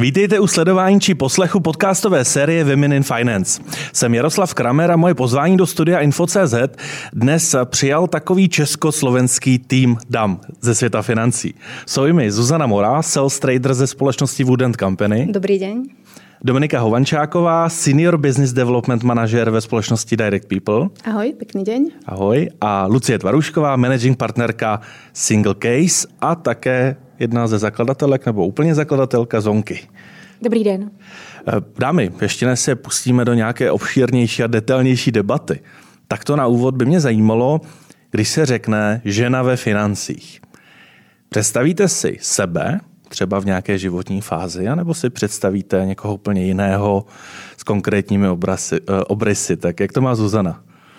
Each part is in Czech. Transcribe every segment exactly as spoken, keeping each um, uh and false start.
Vítejte u sledování či poslechu podcastové série Women in Finance. Jsem Jaroslav Kramer a moje pozvání do studia Info tečka cé zet dnes přijal takový československý tým dam ze světa financí. Jsou jimi Zuzana Mora, sales trader ze společnosti Wood and Company. Dobrý den. Dominika Hovančáková, senior business development manager ve společnosti Direct People. Ahoj, pěkný den. Ahoj. A Lucie Tvarušková, managing partnerka Single Case a také jedna ze zakladatelek nebo úplně zakladatelka Zonky. Dobrý den. Dámy, ještě než se pustíme do nějaké obšírnější a detailnější debaty, tak to na úvod by mě zajímalo, když se řekne žena ve financích. Představíte si sebe třeba v nějaké životní fázi, anebo si představíte někoho úplně jiného s konkrétními obrysy, obrysy. Tak jak to má Zuzana?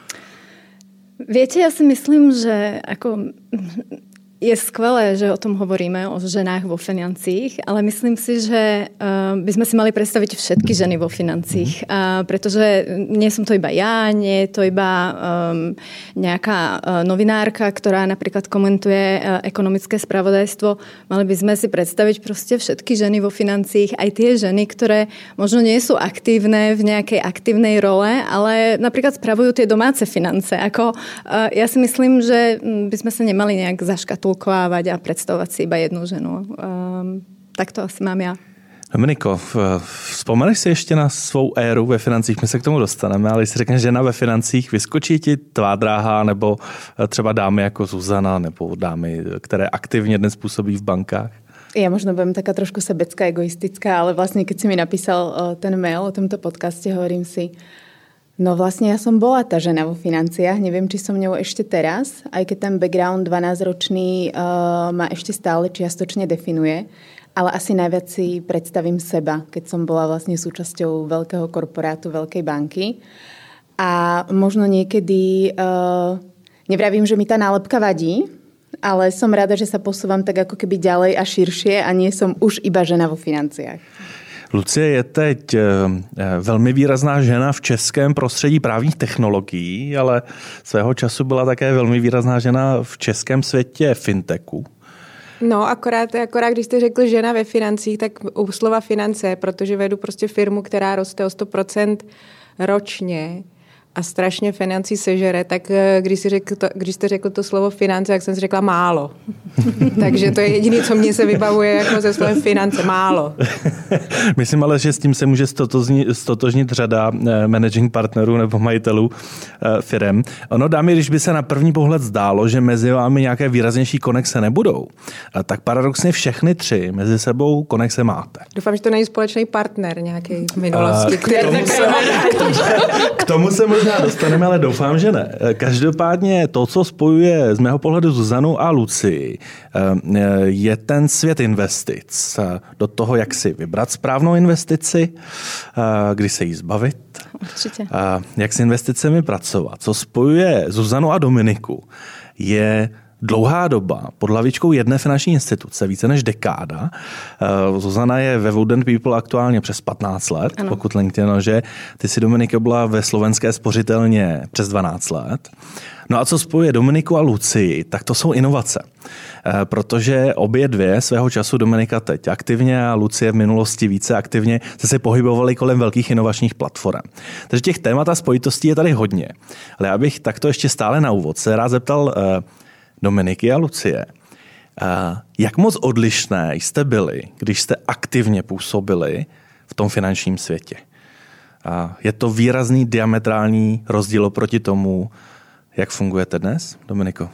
Viete, ja si myslím, že ako je skvelé, že o tom hovoríme, o ženách vo financiích, ale myslím si, že by sme si mali predstaviť všetky ženy vo financiích, mm. pretože nie som to iba ja, nie je to iba um, nejaká novinárka, ktorá napríklad komentuje ekonomické spravodajstvo. Mali by sme si predstaviť proste všetky ženy vo financiích, aj tie ženy, ktoré možno nie sú aktívne v nejakej aktívnej role, ale napríklad spravujú tie domáce finance. Ako, uh, ja si myslím, že by sme sa nemali nejak zaškatulkovať a predstavovať si iba jednu ženu. Um, tak to asi mám já. Dominiko, vzpomeneš si ještě na svou éru ve financích? My se k tomu dostaneme, ale když si řekneš žena ve financích, vyskočí ti tvá dráha nebo třeba dámy jako Zuzana nebo dámy, které aktivně dnes působí v bankách? Ja možno budem taká trošku sebecká, egoistická, ale vlastne keď si mi napísal ten mail o tomto podcaste, hovorím si, no vlastne ja som bola tá žena vo financiách, neviem, či som ňou ešte teraz, aj keď ten background dvanásťročný uh, ma ešte stále čiastočne definuje, ale asi najviac si predstavím seba, keď som bola vlastne súčasťou veľkého korporátu, veľkej banky. A možno niekedy, uh, nevravím, že mi tá nálepka vadí, ale som rada, že sa posúvam tak ako keby ďalej a širšie a nie som už iba žena vo financiách. Lucie je teď velmi výrazná žena v českém prostředí právních technologií, ale svého času byla také velmi výrazná žena v českém světě fintechu. No, akorát, akorát když jste řekl žena ve financích, tak u slova finance, protože vedu prostě firmu, která roste o sto procent ročně a strašně financí sežere, tak když, si řekl to, když jste řekl to slovo finance, jak jsem si řekla málo. Takže to je jediné, co mě se vybavuje jako ze slovem finance, málo. Myslím ale, že s tím se může stotožnit, stotožnit řada managing partnerů nebo majitelů firem. Ono, dámy, když by se na první pohled zdálo, že mezi vámi nějaké výraznější konexe nebudou, tak paradoxně všechny tři mezi sebou konexe máte. Doufám, že to není společný partner nějaký v minulosti. K tomu, se, k, tomu, k tomu se možná dostaneme, ale doufám, že ne. Každopádně to, co spojuje z mého pohledu Zuzanu a Lucii, je ten svět investic. Do toho, jak si vybrat správnou investici, kdy se jí zbavit, Určitě. Jak s investicemi pracovat. Co spojuje Zuzanu a Dominiku, je dlouhá doba pod hlavičkou jedné finanční instituce, více než dekáda. Zuzana je ve Wood and People aktuálně přes patnáct let, ano. Pokud LinkedIn, že ty si, Dominika, byla ve Slovenské spořitelně přes dvanáct let. No a co spojuje Dominiku a Lucii, tak to jsou inovace. Protože obě dvě svého času, Dominika teď aktivně a Lucie v minulosti více aktivně, se se pohybovaly kolem velkých inovačních platform. Takže těch témat a spojitostí je tady hodně. Ale já bych takto ještě stále na úvod se rád zeptal Dominiky a Lucie, jak moc odlišné jste byli, když jste aktivně působili v tom finančním světě? Je to výrazný diametrální rozdíl oproti tomu, jak fungujete dnes, Dominiko?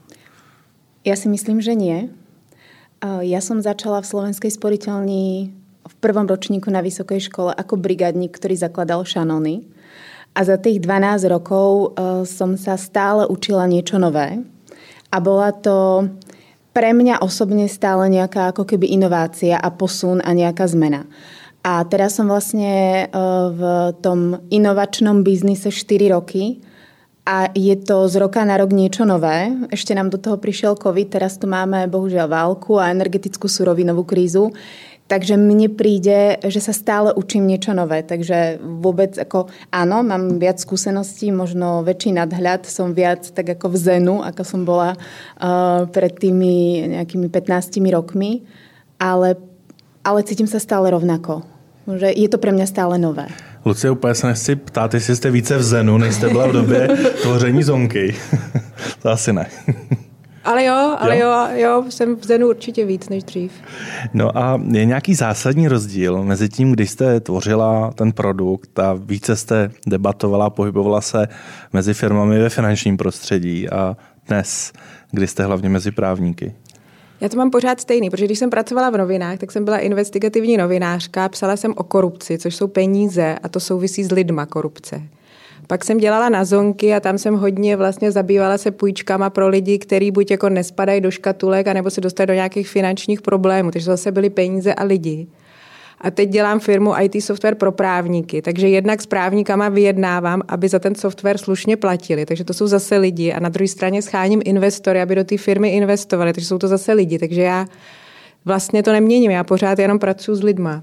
Ja si myslím, že nie. Ja som začala v Slovenskej sporiteľni v prvom ročníku na vysokej škole ako brigádnik, ktorý zakladal šanony. A za tých dvanásť rokov som sa stále učila niečo nové. A bola to pre mňa osobne stále nejaká ako keby inovácia a posun a nejaká zmena. A teraz som vlastne v tom inovačnom biznise štyri roky a je to z roka na rok niečo nové. Ešte nám do toho prišiel COVID, teraz tu máme bohužiaľ válku a energetickú surovinovú krízu. Takže mne príde, že sa stále učím niečo nové. Takže vôbec ako áno, mám viac skúseností, možno väčší nadhľad, som viac tak ako v zenu, ako som bola uh, pred tými nejakými pätnástimi rokmi. Ale ale cítim sa stále rovnako. Že je to pre mňa stále nové. Lucie, úplně se nechci ptát, jestli jste více v zenu, než jste byla v době tvoření Zonky. To asi ne. Ale jo, ale jo? jo, jo, jsem v zenu určitě víc než dřív. No a je nějaký zásadní rozdíl mezi tím, když jste tvořila ten produkt a více jste debatovala, pohybovala se mezi firmami ve finančním prostředí a dnes, kdy jste hlavně mezi právníky? Já to mám pořád stejný, protože když jsem pracovala v novinách, tak jsem byla investigativní novinářka, psala jsem o korupci, což jsou peníze a to souvisí s lidma korupce. Pak jsem dělala na Zonky a tam jsem hodně vlastně zabývala se půjčkama pro lidi, kteří buď jako nespadají do škatulek, anebo se dostali do nějakých finančních problémů. Takže zase byly peníze a lidi. A teď dělám firmu í té software pro právníky, takže jednak s právníkama vyjednávám, aby za ten software slušně platili. Takže to jsou zase lidi a na druhé straně scháním investory, aby do té firmy investovali, takže jsou to zase lidi. Takže já vlastně to neměním, já pořád jenom pracuji s lidma.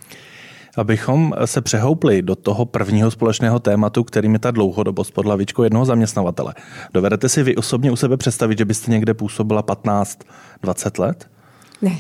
Abychom se přehoupli do toho prvního společného tématu, kterým je ta dlouhodobost pod hlavičkou jednoho zaměstnavatele. Dovedete si vy osobně u sebe představit, že byste někde působila patnáct dvacet let? Ne.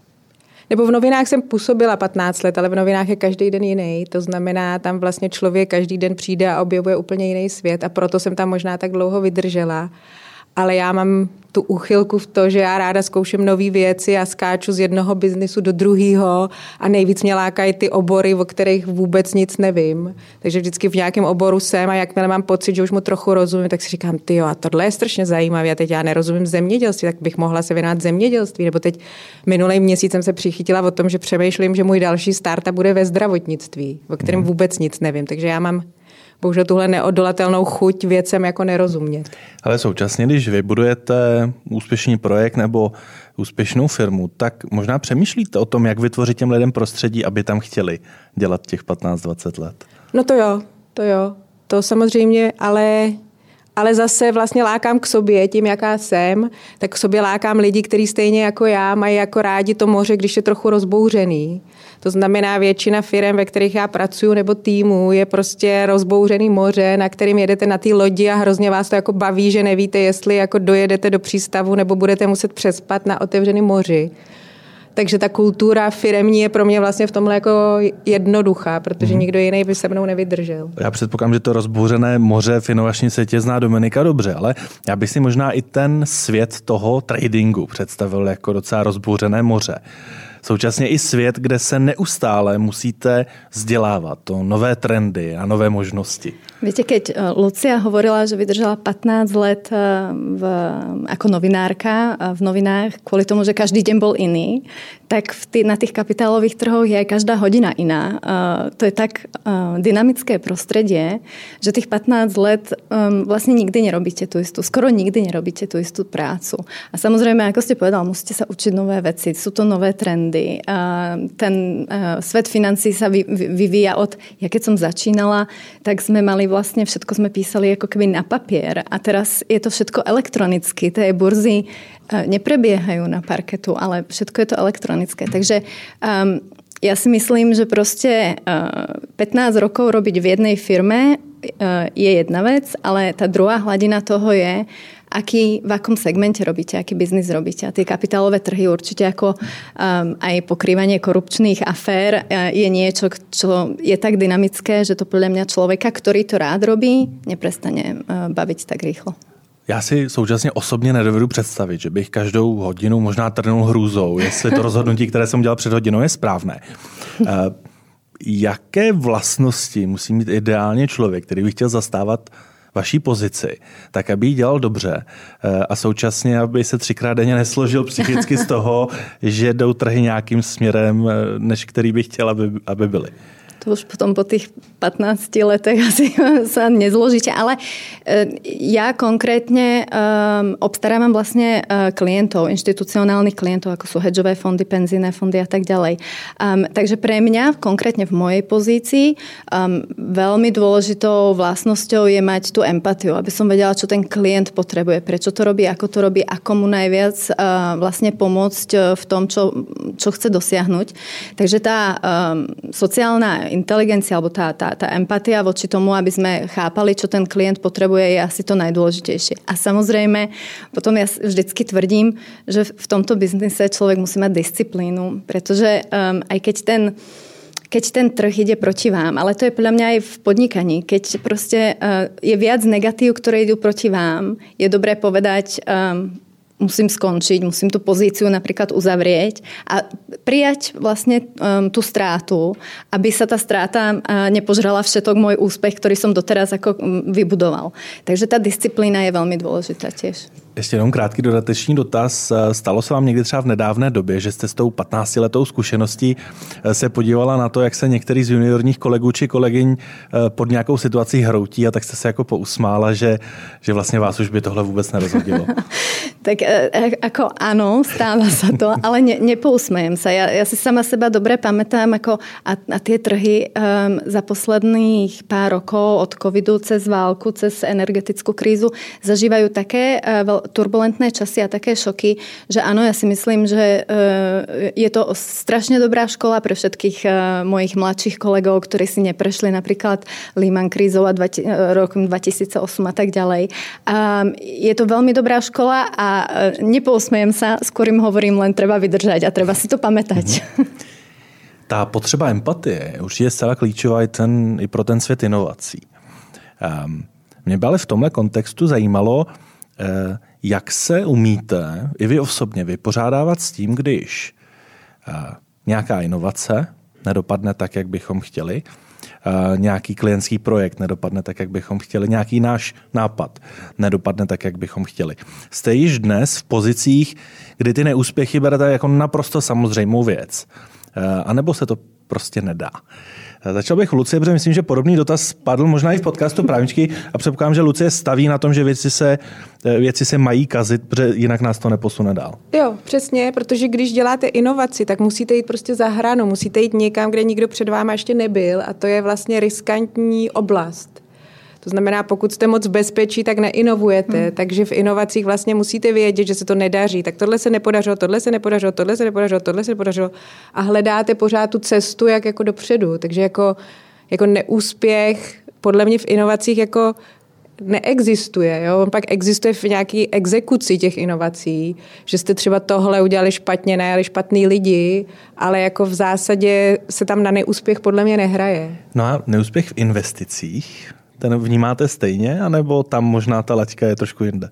Nebo v novinách jsem působila patnáct let, ale v novinách je každý den jiný. To znamená, tam vlastně člověk každý den přijde a objevuje úplně jiný svět a proto jsem tam možná tak dlouho vydržela. Ale já mám tu úchylku v to, že já ráda zkouším nové věci a skáču z jednoho biznisu do druhého a nejvíc mě lákají ty obory, o kterých vůbec nic nevím. Takže vždycky v nějakém oboru jsem a jakmile mám pocit, že už mu trochu rozumím, tak si říkám, tyjo, a tohle je strašně zajímavé a teď já nerozumím zemědělství, tak bych mohla se věnovat zemědělství. Nebo teď minulý měsíc jsem se přichytila o tom, že přemýšlím, že můj další startup bude ve zdravotnictví, o kterém vůbec nic nevím. Takže já mám bohužel tuhle neodolatelnou chuť věcem jako nerozumět. Ale současně, když vybudujete úspěšný projekt nebo úspěšnou firmu, tak možná přemýšlíte o tom, jak vytvořit těm lidem prostředí, aby tam chtěli dělat těch patnáct dvacet let. No to jo, to jo. To samozřejmě, ale, ale zase vlastně lákám k sobě tím, jaká jsem, tak k sobě lákám lidi, kteří stejně jako já mají jako rádi to moře, když je trochu rozbouřený. To znamená, většina firem, ve kterých já pracuji, nebo týmu, je prostě rozbouřený moře, na kterým jedete na té lodi a hrozně vás to jako baví, že nevíte, jestli jako dojedete do přístavu nebo budete muset přespat na otevřeném moři. Takže ta kultura firemní je pro mě vlastně v tomhle jako jednoduchá, protože mm. nikdo jiný by se mnou nevydržel. Já předpokládám, že to rozbouřené moře v inovačním světě zná Dominika dobře, ale já bych si možná i ten svět toho tradingu představil jako docela rozbouřené moře. Současně i svět, kde se neustále musíte vzdělávat to nové trendy a nové možnosti. Viete, keď Lucia hovorila, že vydržala pätnásť let v, ako novinárka v novinách kvôli tomu, že každý deň bol iný, tak v tý, na tých kapitálových trhoch je aj každá hodina iná. To je tak dynamické prostredie, že tých pätnásť let vlastne nikdy nerobíte tú istú, skoro nikdy nerobíte tú istú prácu. A samozrejme, ako ste povedal, musíte sa učiť nové veci, sú to nové trendy. Ten svet financií sa vyvíja od, ja keď som začínala, tak sme mali vlastne všetko sme písali ako keby na papier a teraz je to všetko elektronicky. Tie burzy neprebiehajú na parketu, ale všetko je to elektronické. Takže um, ja si myslím, že proste uh, pätnásť rokov robiť v jednej firme uh, je jedna vec, ale tá druhá hladina toho je, aký, v akom segmente robíte, aký biznis robíte. A tie kapitálové trhy určite ako um, aj pokrývanie korupčných afér uh, je niečo, čo je tak dynamické, že to podľa mňa človeka, ktorý to rád robí, neprestane uh, baviť tak rýchlo. Já si současně osobně nedovedu představit, že bych každou hodinu možná trnul hrůzou, jestli to rozhodnutí, které jsem udělal před hodinou, je správné. Uh, jaké vlastnosti musí mít ideálně člověk, který by chtěl zastávat vaší pozici, tak aby ji dělal dobře a současně, aby se třikrát denně nesložil psychicky z toho, že jdou trhy nějakým směrem, než který by chtěl, aby, aby byly. To už potom po tých pätnástich letech asi sa nezložíte. Ale ja konkrétne um, obstarávam vlastne uh, klientov, inštitucionálnych klientov, ako sú hedžové fondy, penzijné fondy a tak ďalej. Um, takže pre mňa, konkrétne v mojej pozícii, um, veľmi dôležitou vlastnosťou je mať tú empatiu, aby som vedela, čo ten klient potrebuje, prečo to robí, ako to robí, ako mu najviac uh, vlastne pomôcť v tom, čo, čo chce dosiahnuť. Takže tá um, sociálna inteligencia alebo tá, tá tá, tá empatia voči tomu, aby sme chápali, čo ten klient potrebuje, je asi to najdôležitejšie. A samozrejme, potom ja vždycky tvrdím, že v tomto biznise človek musí mať disciplínu, pretože um, aj keď ten keď ten trh ide proti vám, ale to je podľa mňa aj v podnikaní. Keď proste uh, je viac negatív, ktoré idú proti vám, je dobré povedať, um, musím skončiť, musím tú pozíciu napríklad uzavrieť a prijať vlastne um, tú strátu, aby sa tá stráta uh, nepožrala všetok môj úspech, ktorý som doteraz ako um, vybudoval. Takže tá disciplína je veľmi dôležitá tiež. Ještě jenom krátký dodatečný dotaz. Stalo se vám někdy třeba v nedávné době, že jste s tou patnáctiletou zkušeností se podívala na to, jak se některý z juniorních kolegů či kolegyň pod nějakou situací hroutí a tak jste se jako pousmála, že, že vlastně vás už by tohle vůbec nerozhodilo? Tak ako áno, stáva sa to, ale ne, nepousmejem sa. Ja, ja si sama seba dobre pamätám, ako a, a tie trhy um, za posledných pár rokov od covidu cez válku, cez energetickú krízu zažívajú také uh, turbulentné časy a také šoky, že áno, ja si myslím, že uh, je to strašne dobrá škola pre všetkých uh, mojich mladších kolegov, ktorí si neprešli napríklad Lehman krízou a dvati, uh, rokom dvetisícosem a tak ďalej. Um, je to veľmi dobrá škola a nepousmejem sa, skôr im hovorím, len treba vydržať a treba si to pamätať. Mm-hmm. Ta potřeba empatie je určitě zcela klíčová i, ten, i pro ten svět inovací. Um, mě by ale v tomhle kontextu zajímalo, uh, jak se umíte i vy osobně vypořádávat s tím, když uh, nějaká inovace nedopadne tak, jak bychom chtěli, Uh, nějaký klientský projekt nedopadne tak, jak bychom chtěli, nějaký náš nápad nedopadne tak, jak bychom chtěli. Jste již dnes v pozicích, kdy ty neúspěchy berete jako naprosto samozřejmou věc. Uh, anebo se to prostě nedá. Uh, začal bych u Lucie, protože myslím, že podobný dotaz padl možná i v podcastu Právničky a předpokládám, že Lucie staví na tom, že věci se, věci se mají kazit, protože jinak nás to neposune dál. Jo, přesně, protože když děláte inovaci, tak musíte jít prostě za hranu, musíte jít někam, kde nikdo před váma ještě nebyl a to je vlastně riskantní oblast. To znamená, pokud jste moc v bezpečí, tak neinovujete, hmm. takže v inovacích vlastně musíte vědět, že se to nedaří. Tak tohle se nepodařilo, tohle se nepodařilo, tohle se nepodařilo, tohle se nepodařilo a hledáte pořád tu cestu, jak jako dopředu. Takže jako, jako neúspěch podle mě v inovacích jako neexistuje. Jo? On pak existuje v nějaké exekuci těch inovací, že jste třeba tohle udělali špatně, najali špatný lidi, ale jako v zásadě se tam na neúspěch podle mě nehraje. No a neúspěch v investicích? Ten vnímáte stejně, anebo tam možná ta laťka je trošku jinde?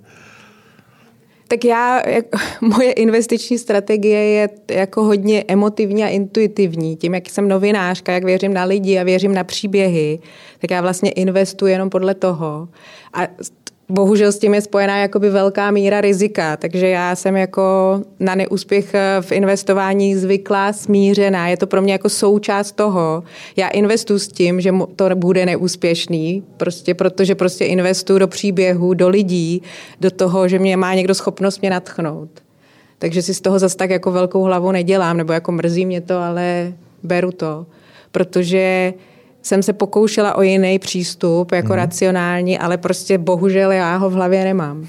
Tak já, jak, moje investiční strategie je jako hodně emotivní a intuitivní. Tím, jak jsem novinářka, jak věřím na lidi a věřím na příběhy, tak já vlastně investuji jenom podle toho. A bohužel s tím je spojená jakoby velká míra rizika, takže já jsem jako na neúspěch v investování zvyklá, smířená. Je to pro mě jako součást toho. Já investuji s tím, že to bude neúspěšný, prostě protože prostě investuji do příběhu, do lidí, do toho, že mě má někdo schopnost mě nadchnout. Takže si z toho zas tak jako velkou hlavu nedělám, nebo jako mrzí mě to, ale beru to, protože jsem se pokoušela o jiný přístup, jako hmm. racionální, ale prostě bohužel já ho v hlavě nemám.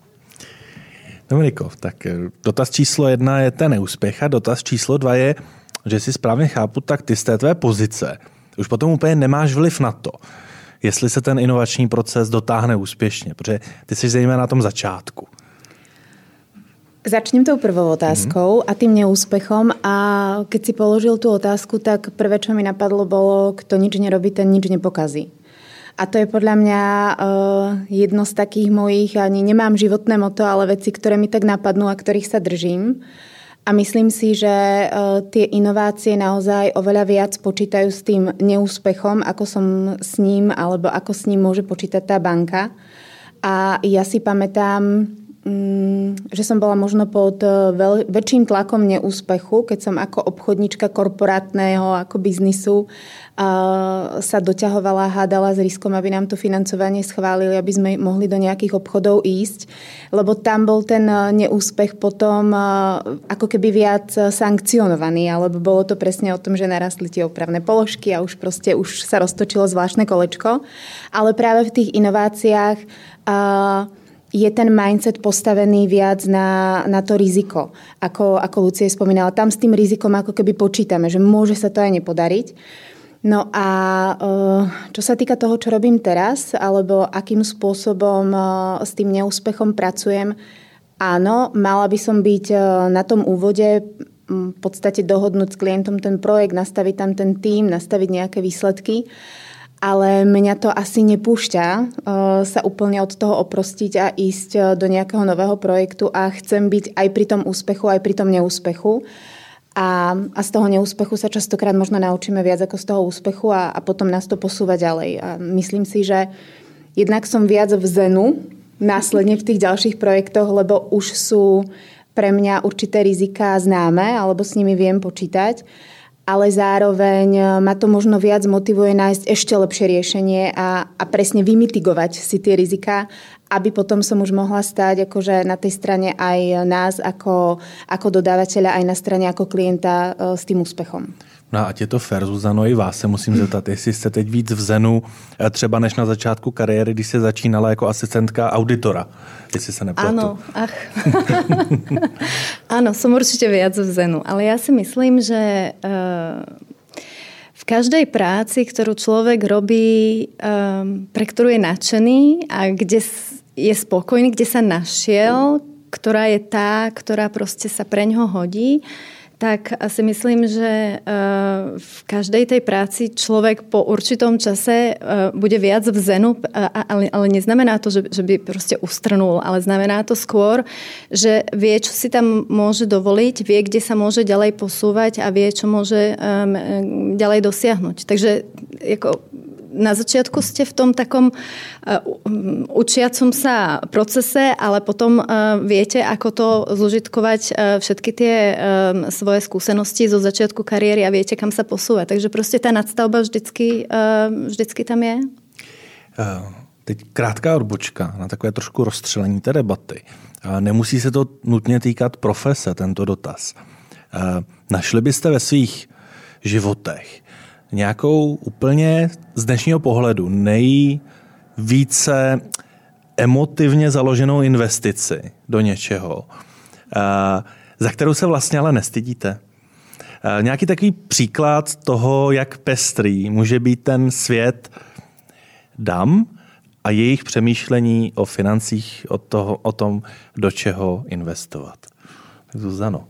Dominiko, tak dotaz číslo jedna je ten neúspěch a dotaz číslo dva je, že si správně chápu, tak ty z té tvé pozice už potom úplně nemáš vliv na to, jestli se ten inovační proces dotáhne úspěšně, protože ty jsi zejména na tom začátku. Začnem tou prvou otázkou a tým neúspechom a keď si položil tú otázku, tak prvé, čo mi napadlo, bolo, kto nič nerobí, ten nič nepokazí. A to je podľa mňa uh, jedno z takých mojich, ani nemám životné moto, ale veci, ktoré mi tak napadnú a ktorých sa držím. A myslím si, že uh, tie inovácie naozaj oveľa viac počítajú s tým neúspechom, ako som s ním, alebo ako s ním môže počítať tá banka. A ja si pamätám, že som bola možno pod veľ, väčším tlakom neúspechu, keď som ako obchodníčka korporátneho, ako biznisu uh, sa doťahovala, hádala s riskom, aby nám to financovanie schválili, aby sme mohli do nejakých obchodov ísť. Lebo tam bol ten neúspech potom uh, ako keby viac sankcionovaný, alebo bolo to presne o tom, že narastli tie opravné položky a už proste už sa roztočilo zvláštne kolečko. Ale práve v tých inováciách uh, je ten mindset postavený viac na, na to riziko. Ako, ako Lucie spomínala, tam s tým rizikom ako keby počítame, že môže sa to aj nepodariť. No a čo sa týka toho, čo robím teraz, alebo akým spôsobom s tým neúspechom pracujem, áno, mala by som byť na tom úvode v podstate dohodnúť s klientom ten projekt, nastaviť tam ten tím, nastaviť nejaké výsledky, ale mňa to asi nepúšťa sa úplne od toho oprostiť a ísť do nejakého nového projektu a chcem byť aj pri tom úspechu, aj pri tom neúspechu. A, a z toho neúspechu sa častokrát možno naučíme viac ako z toho úspechu a, a potom nás to posúva ďalej. A myslím si, že jednak som viac v zenu následne v tých ďalších projektoch, lebo už sú pre mňa určité riziká známe alebo s nimi viem počítať, ale zároveň ma to možno viac motivuje nájsť ešte lepšie riešenie a, a presne vymitigovať si tie riziká, aby potom som už mohla stáť akože na tej strane aj nás ako, ako dodávateľa, aj na strane ako klienta s tým úspechom. No a ať je to fér, Zuzano, i vás se musím zeptat, jestli jste teď víc v zenu třeba než na začátku kariéry, když se začínala jako asistentka auditora, jestli se nepletu. Áno, ach. Áno, som určite viac v zenu, ale ja si myslím, že uh, v každej práci, ktorú človek robí, um, pre ktorú je nadšený a kde je spokojný, kde sa našiel, ktorá je tá, ktorá proste sa pre ňoho hodí, tak si myslím, že v každej tej práci človek po určitom čase bude viac v zenu, ale, ale neznamená to, že, že by proste ustrnul, ale znamená to skôr, že vie, čo si tam môže dovoliť, vie, kde sa môže ďalej posúvať a vie, čo môže ďalej dosiahnuť. Takže ako na začiatku ste v tom takom uh, učiacom sa procese, ale potom uh, viete, ako to zúžitkovať uh, všetky tie uh, svoje skúsenosti zo začiatku kariéry a viete, kam sa posúvať. Takže proste tá nadstavba vždycky, uh, vždycky tam je. Uh, teď krátká odbočka na takové trošku rozstřelení té debaty. Uh, nemusí se to nutně týkat profese, tento dotaz. Uh, našli byste ve svých životech nějakou úplně z dnešního pohledu nejvíce emotivně založenou investici do něčeho, za kterou se vlastně ale nestydíte? Nějaký takový příklad toho, jak pestrý může být ten svět dam a jejich přemýšlení o financích, o, toho, o tom, do čeho investovat. Tak Zuzano.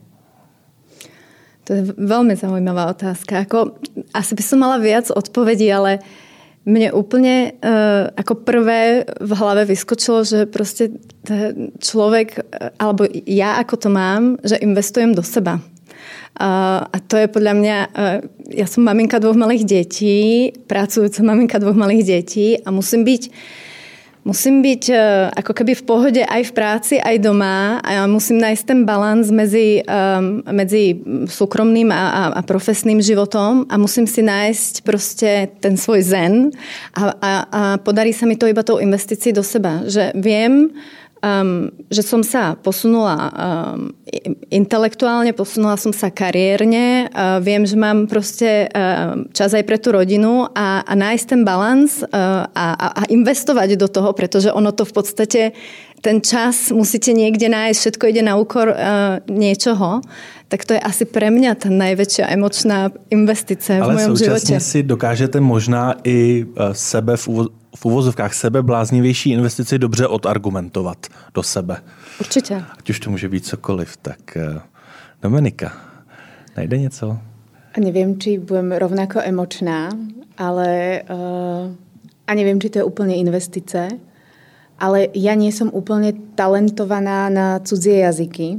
To je veľmi zaujímavá otázka. Ako, asi by som mala viac odpovedí, ale mne úplne uh, ako prvé v hlave vyskočilo, že proste človek, alebo ja ako to mám, že investujem do seba. Uh, a to je podľa mňa, uh, ja som maminka dvoch malých detí, pracujúca maminka dvoch malých detí a musím byť Musím byť ako keby v pohode aj v práci, aj doma a musím nájsť ten balans medzi, um, medzi súkromným a, a, a profesným životom a musím si nájsť proste ten svoj zen a, a, a podarí sa mi to iba tou investícií do seba. Že viem, um, že som sa posunula um, intelektuálne, posunula som sa kariérne, uh, viem, že mám proste uh, čas aj pre tú rodinu a, a nájsť ten balans uh, a, a investovať do toho, pretože ono to v podstate, ten čas musíte niekde nájsť, všetko ide na úkor uh, niečoho, tak to je asi pre mňa tá najväčšia emočná investícia v mojom živote. Ale současně si dokážete možná i sebe v, uvo- v uvozovkách sebebláznivější investici dobře odargumentovat do sebe. Určitě. Ať už to může být cokoliv. Tak Dominika, najde něco? A neviem, či budem rovnako emočná, ale uh, a neviem, či to je úplne investice, ale ja nie som úplne talentovaná na cudzie jazyky.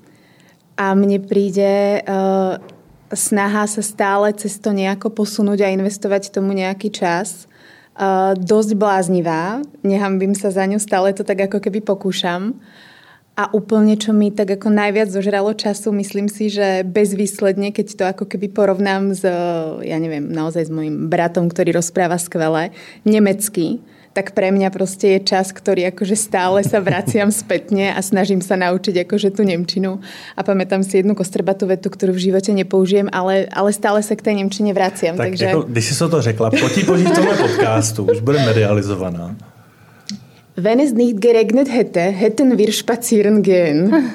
A mne príde uh, snaha sa stále cez to nejako posunúť a investovať tomu nejaký čas. Uh, dosť bláznivá. Nehambím sa za ňu, stále to tak ako keby pokúšam. A úplne, čo mi tak ako najviac zožralo času, myslím si, že bezvýsledne, keď to ako keby porovnám s, ja neviem, naozaj s mojím bratom, ktorý rozpráva skvele, nemecky, tak pre mňa proste je čas, ktorý akože stále sa vraciam spätne a snažím sa naučiť akože tú nemčinu. A pamätám si jednu kostrbatú vetu, ktorú v živote nepoužijem, ale, ale stále sa k tej nemčine vraciam. Tak takže... jako, když si to řekla, potí požít v tomhle podcastu, už bude medializovaná. Wenn es nicht geregnet hätte, hätten wir spazieren gehen.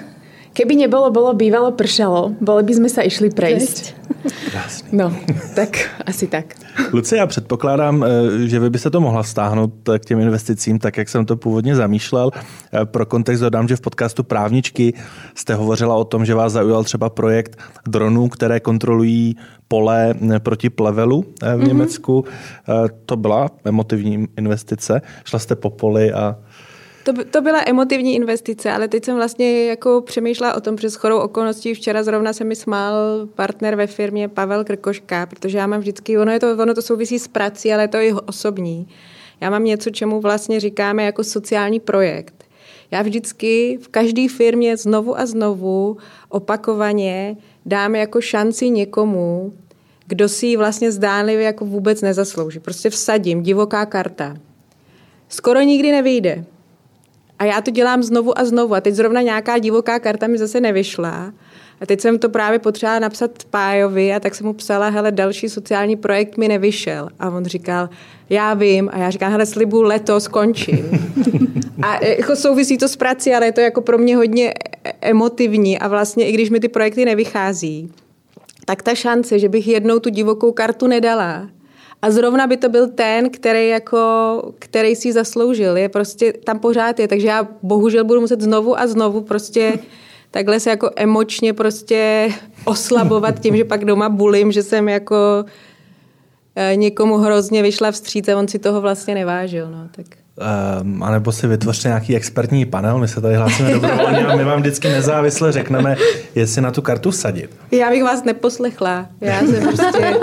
Keby nebolo, bolo bývalo, pršalo, boli by sme sa išli prejsť. Krásný. No, tak asi tak. Lucie, já předpokládám, že vy byste to mohla stáhnout k těm investicím, tak jak jsem to původně zamýšlel. Pro kontext dodám, že v podcastu Právničky jste hovořila o tom, že vás zaujal třeba projekt dronů, které kontrolují pole proti plevelu v Německu. Mm-hmm. To byla emotivní investice. Šla jste po poli a... To, to byla emotivní investice, ale teď jsem vlastně jako přemýšlela o tom přes shodou okolností. Včera zrovna se mi smál partner ve firmě Pavel Krkoška, protože já mám vždycky, ono, je to, ono to souvisí s prací, ale to je jeho osobní. Já mám něco, čemu vlastně říkáme jako sociální projekt. Já vždycky v každé firmě znovu a znovu opakovaně dám jako šanci někomu, kdo si ji vlastně zdánlivě jako vůbec nezaslouží. Prostě vsadím, divoká karta. Skoro nikdy nevyjde. A já to dělám znovu a znovu. A teď zrovna nějaká divoká karta mi zase nevyšla. A teď jsem to právě potřebovala napsat Pájovi a tak jsem mu psala, hele, další sociální projekt mi nevyšel. A on říkal, já vím. A já říkám, hele, slibuju, letos skončím. A jako souvisí to s prací, ale je to jako pro mě hodně emotivní. A vlastně, i když mi ty projekty nevychází, tak ta šance, že bych jednou tu divokou kartu nedala, a zrovna by to byl ten, který, jako, který si zasloužil. Je prostě tam pořád je. Takže já bohužel budu muset znovu a znovu prostě takhle se jako emočně prostě oslabovat tím, že pak doma bulím, že jsem jako někomu hrozně vyšla vstříc a on si toho vlastně nevážil. No, tak. Um, a nebo si vytvořte nějaký expertní panel, my se tady hlásíme dobrovolně a my vám vždycky nezávisle řekneme, jestli na tu kartu sadit. Já bych vás neposlechla. Já jsem prostě...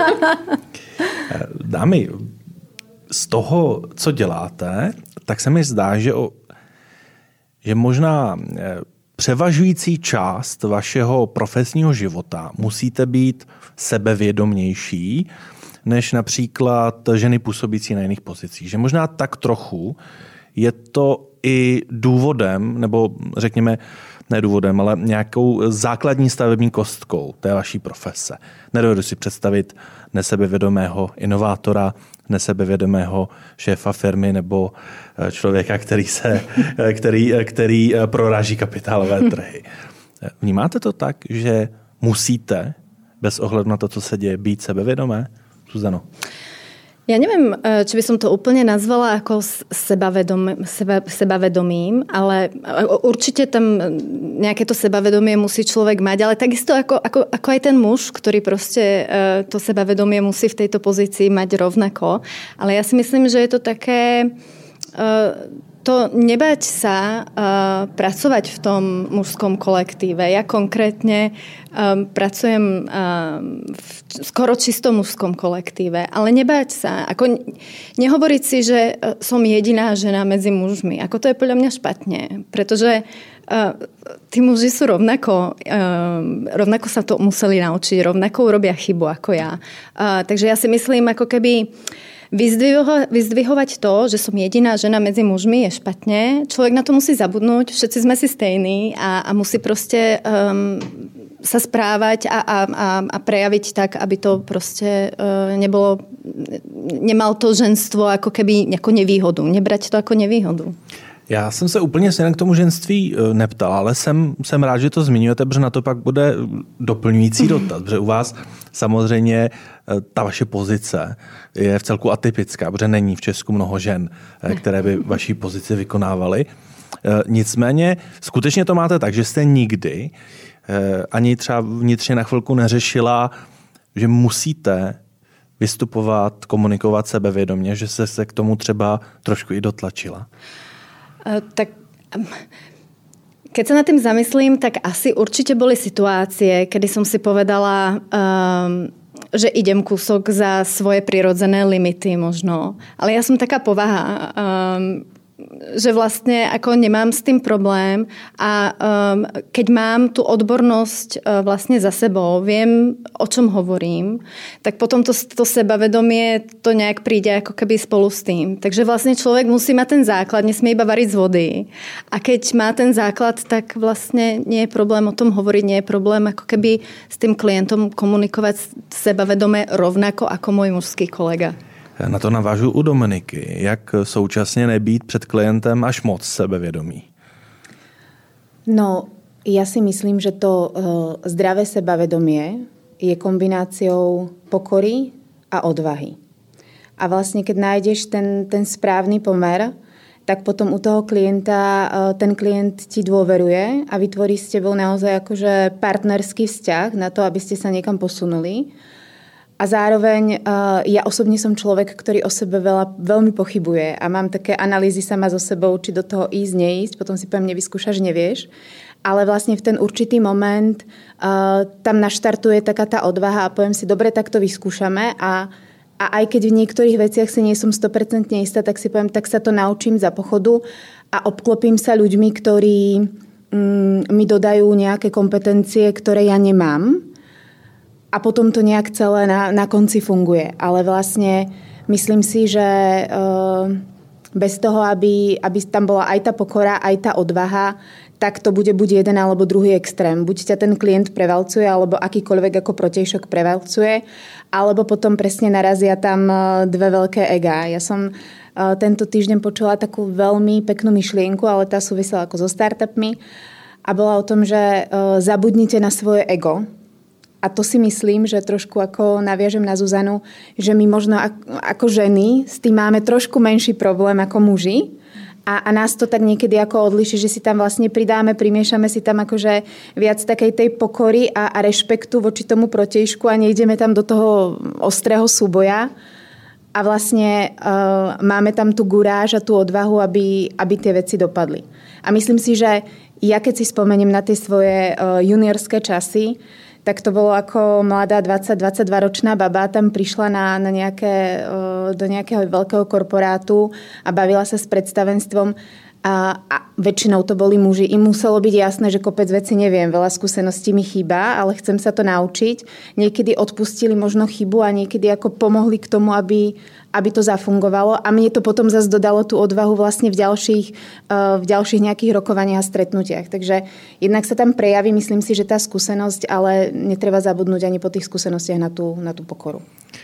Dámy, z toho, co děláte, tak se mi zdá, že, o, že možná převažující část vašeho profesního života musíte být sebevědomější než například ženy působící na jiných pozicích. Že možná tak trochu je to i důvodem, nebo řekněme, ne důvodem, ale nějakou základní stavební kostkou té vaší profese. Nedovedu si představit nesebevědomého inovátora, nesebevědomého šéfa firmy nebo člověka, který, se, který, který proráží kapitálové trhy. Vnímáte to tak, že musíte bez ohledu na to, co se děje, být sebevědomé? Zuzano. Ja neviem, či by som to úplne nazvala ako sebavedom, seba, sebavedomím, ale určite tam nejaké to sebavedomie musí človek mať, ale takisto ako, ako, ako aj ten muž, ktorý proste to sebavedomie musí v tejto pozícii mať rovnako. Ale ja si myslím, že je to také... To nebať sa uh, pracovať v tom mužskom kolektíve. Ja konkrétne um, pracujem um, v skoro čisto mužskom kolektíve, ale nebať sa. Ako, nehovoriť si, že uh, som jediná žena medzi mužmi. Ako to je podľa mňa špatne. Pretože uh, tí muži sú rovnako, uh, rovnako sa to museli naučiť, rovnako urobia chybu ako ja. Uh, takže ja si myslím, ako keby Vyzdviho- vyzdvihovať to, že som jediná žena medzi mužmi, je špatne. Človek na to musí zabudnúť, všetci sme si stejní a, a musí proste um, sa správať a, a, a, a prejaviť tak, aby to proste uh, nebolo, nemal to ženstvo ako keby ako nevýhodu. Nebrať to ako nevýhodu. Já jsem se úplně směrem k tomu ženství neptal, ale jsem, jsem rád, že to zmiňujete, protože na to pak bude doplňující dotaz. Protože u vás samozřejmě ta vaše pozice je v celku atypická, protože není v Česku mnoho žen, které by vaší pozici vykonávaly. Nicméně skutečně to máte tak, že jste nikdy ani třeba vnitřně na chvilku neřešila, že musíte vystupovat, komunikovat sebevědomě, že jste se k tomu třeba trošku i dotlačila. Tak keď sa nad tým zamyslím, tak asi určite boli situácie, kedy som si povedala, um, že idem kúsok za svoje prirodzené limity možno. Ale ja som taká povaha, um, že vlastne ako nemám s tým problém a um, keď mám tú odbornosť uh, vlastne za sebou, viem, o čom hovorím, tak potom to, to sebavedomie to nejak príde ako keby spolu s tým. Takže vlastne človek musí mať ten základ, nesmie iba variť z vody. A keď má ten základ, tak vlastne nie je problém o tom hovoriť, nie je problém ako keby s tým klientom komunikovať sebavedomé rovnako ako môj mužský kolega. Na to navážu u Dominiky. Jak současně nebýt před klientem až moc sebevědomý? No, Ja si myslím, že to uh, zdravé sebavedomie je kombináciou pokory a odvahy. A vlastne, keď nájdeš ten, ten správny pomer, tak potom u toho klienta uh, ten klient ti dôveruje a vytvorí s tebou naozaj akože partnerský vzťah na to, aby ste sa niekam posunuli. A zároveň uh, ja osobne som človek, ktorý o sebe veľa, veľmi pochybuje a mám také analýzy sama so sebou, či do toho ísť, neísť, potom si poviem, nevyskúšaš, nevieš. Ale vlastne v ten určitý moment uh, tam naštartuje taká tá odvaha a poviem si, dobre, tak to vyskúšame a, a aj keď v niektorých veciach si nie som sto percent istá, tak si poviem, tak sa to naučím za pochodu a obklopím sa ľuďmi, ktorí um, mi dodajú nejaké kompetencie, ktoré ja nemám. A potom to nejak celé na, na konci funguje. Ale vlastne myslím si, že uh, bez toho, aby, aby tam bola aj tá pokora, aj tá odvaha, tak to bude buď jeden alebo druhý extrém. Buď ťa ten klient prevalcuje, alebo akýkoľvek ako protiejšok prevalcuje, alebo potom presne narazia tam dve veľké egá. Ja som uh, tento týždeň počula takú veľmi peknú myšlienku, ale tá súvisela ako so startupmi a bola o tom, že uh, zabudnite na svoje ego. A to si myslím, že trošku ako naviažem na Zuzanu, že my možno ako ženy s tým máme trošku menší problém ako muži. A, a nás to tak niekedy ako odliší, že si tam vlastne pridáme, primiešame si tam akože viac takej tej pokory a, a rešpektu voči tomu protiejšku a nejdeme tam do toho ostrého súboja. A vlastne uh, máme tam tú guráž a tú odvahu, aby, aby tie veci dopadli. A myslím si, že ja keď si spomeniem na tie svoje uh, juniorské časy, tak to bolo ako mladá dvadsať dvadsaťdva ročná baba, tam prišla na, na nejaké, do nejakého veľkého korporátu a bavila sa s predstavenstvom a, a väčšinou to boli muži. Im muselo byť jasné, že kopec veci neviem, veľa skúseností mi chýba, ale chcem sa to naučiť. Niekedy odpustili možno chybu a niekedy ako pomohli k tomu, aby, aby to zafungovalo. A mne to potom zase dodalo tú odvahu vlastne v ďalších, v ďalších nejakých rokovaniach a stretnutiach. Takže jednak sa tam prejaví, myslím si, že tá skúsenosť, ale netreba zabudnúť ani po tých skúsenostiach na tú, na tú pokoru.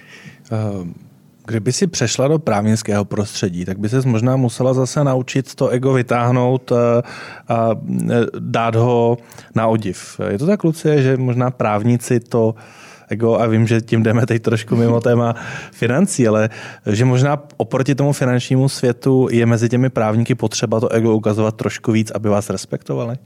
Um. Kdyby si přešla do právnického prostředí, tak by ses možná musela zase naučit to ego vytáhnout a dát ho na odiv. Je to tak, Lucie, že možná právníci to ego, a vím, že tím jdeme teď trošku mimo téma financí, ale že možná oproti tomu finančnímu světu je mezi těmi právníky potřeba to ego ukazovat trošku víc, aby vás respektovali?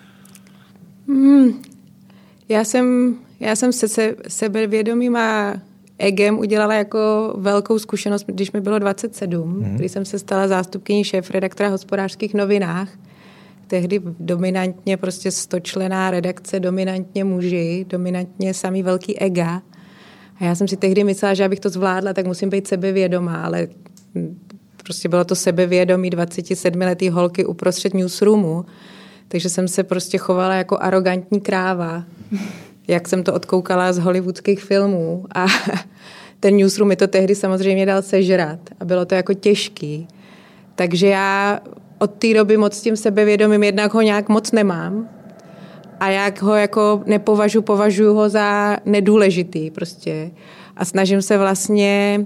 Hmm. Já jsem, já jsem se, se sebevědomým a egem udělala jako velkou zkušenost, když mi bylo dvacet sedm, hmm. když jsem se stala zástupkyní šéfredaktora v Hospodářských novinách. Tehdy dominantně prostě stočlená redakce, dominantně muži, dominantně samý velký ega. A já jsem si tehdy myslela, že abych to zvládla, tak musím být sebevědomá, ale prostě bylo to sebevědomí dvacetisedmiletý holky uprostřed newsroomu, takže jsem se prostě chovala jako arrogantní kráva. Jak jsem to odkoukala z hollywoodských filmů a ten newsroom mi to tehdy samozřejmě dal sežrat a bylo to jako těžký. Takže já od té doby moc s tím sebevědomím jednak ho nějak moc nemám a jak ho jako nepovažuji, považuji ho za nedůležitý prostě a snažím se vlastně,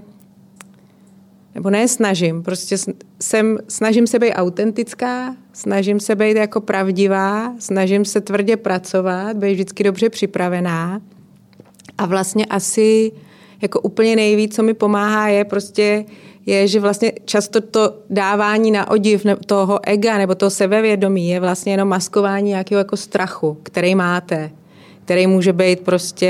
nebo ne snažím, prostě jsem, snažím se být autentická, snažím se být jako pravdivá, snažím se tvrdě pracovat, být vždycky dobře připravená a vlastně asi jako úplně nejvíc, co mi pomáhá, je prostě, je, že vlastně často to dávání na odiv toho ega nebo toho sebevědomí je vlastně jenom maskování nějakého jako strachu, který máte, který může být prostě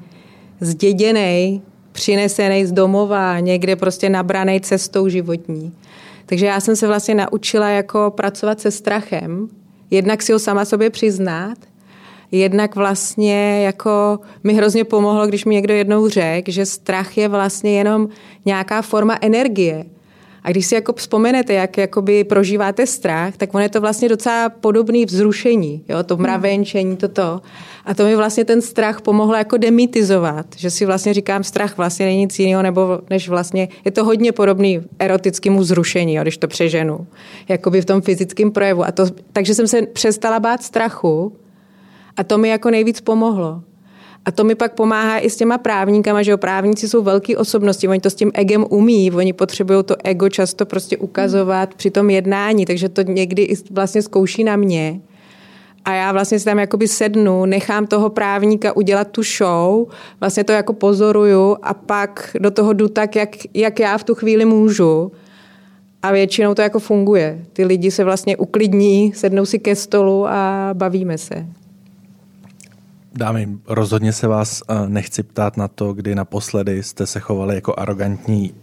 zděděnej, přinesený z domova, někde prostě nabranej cestou životní. Takže já jsem se vlastně naučila jako pracovat se strachem, jednak si ho sama sobě přiznat, jednak vlastně jako mi hrozně pomohlo, když mi někdo jednou řekl, že strach je vlastně jenom nějaká forma energie. A když si jako vzpomenete, jak jakoby prožíváte strach, tak on je to vlastně docela podobný vzrušení, jo, to mravenčení, toto. A to mi vlastně ten strach pomohlo jako demytizovat, že si vlastně říkám, strach vlastně není nic jiného, nebo než vlastně, je to hodně podobný erotickému vzrušení, jo, když to přeženu, jakoby v tom fyzickém projevu. A to, takže jsem se přestala bát strachu a to mi jako nejvíc pomohlo. A to mi pak pomáhá i s těma právníkama, že jo, právníci jsou velký osobnosti, oni to s tím egem umí, oni potřebují to ego často prostě ukazovat při tom jednání, takže to někdy i vlastně zkouší na mě. a já vlastně si tam jakoby sednu, nechám toho právníka udělat tu show, vlastně to jako pozoruju a pak do toho jdu tak, jak, jak já v tu chvíli můžu. A většinou to jako funguje. Ty lidi se vlastně uklidní, sednou si ke stolu a bavíme se. Dámy, rozhodně se vás nechci ptát na to, kdy naposledy jste se chovali jako arrogantní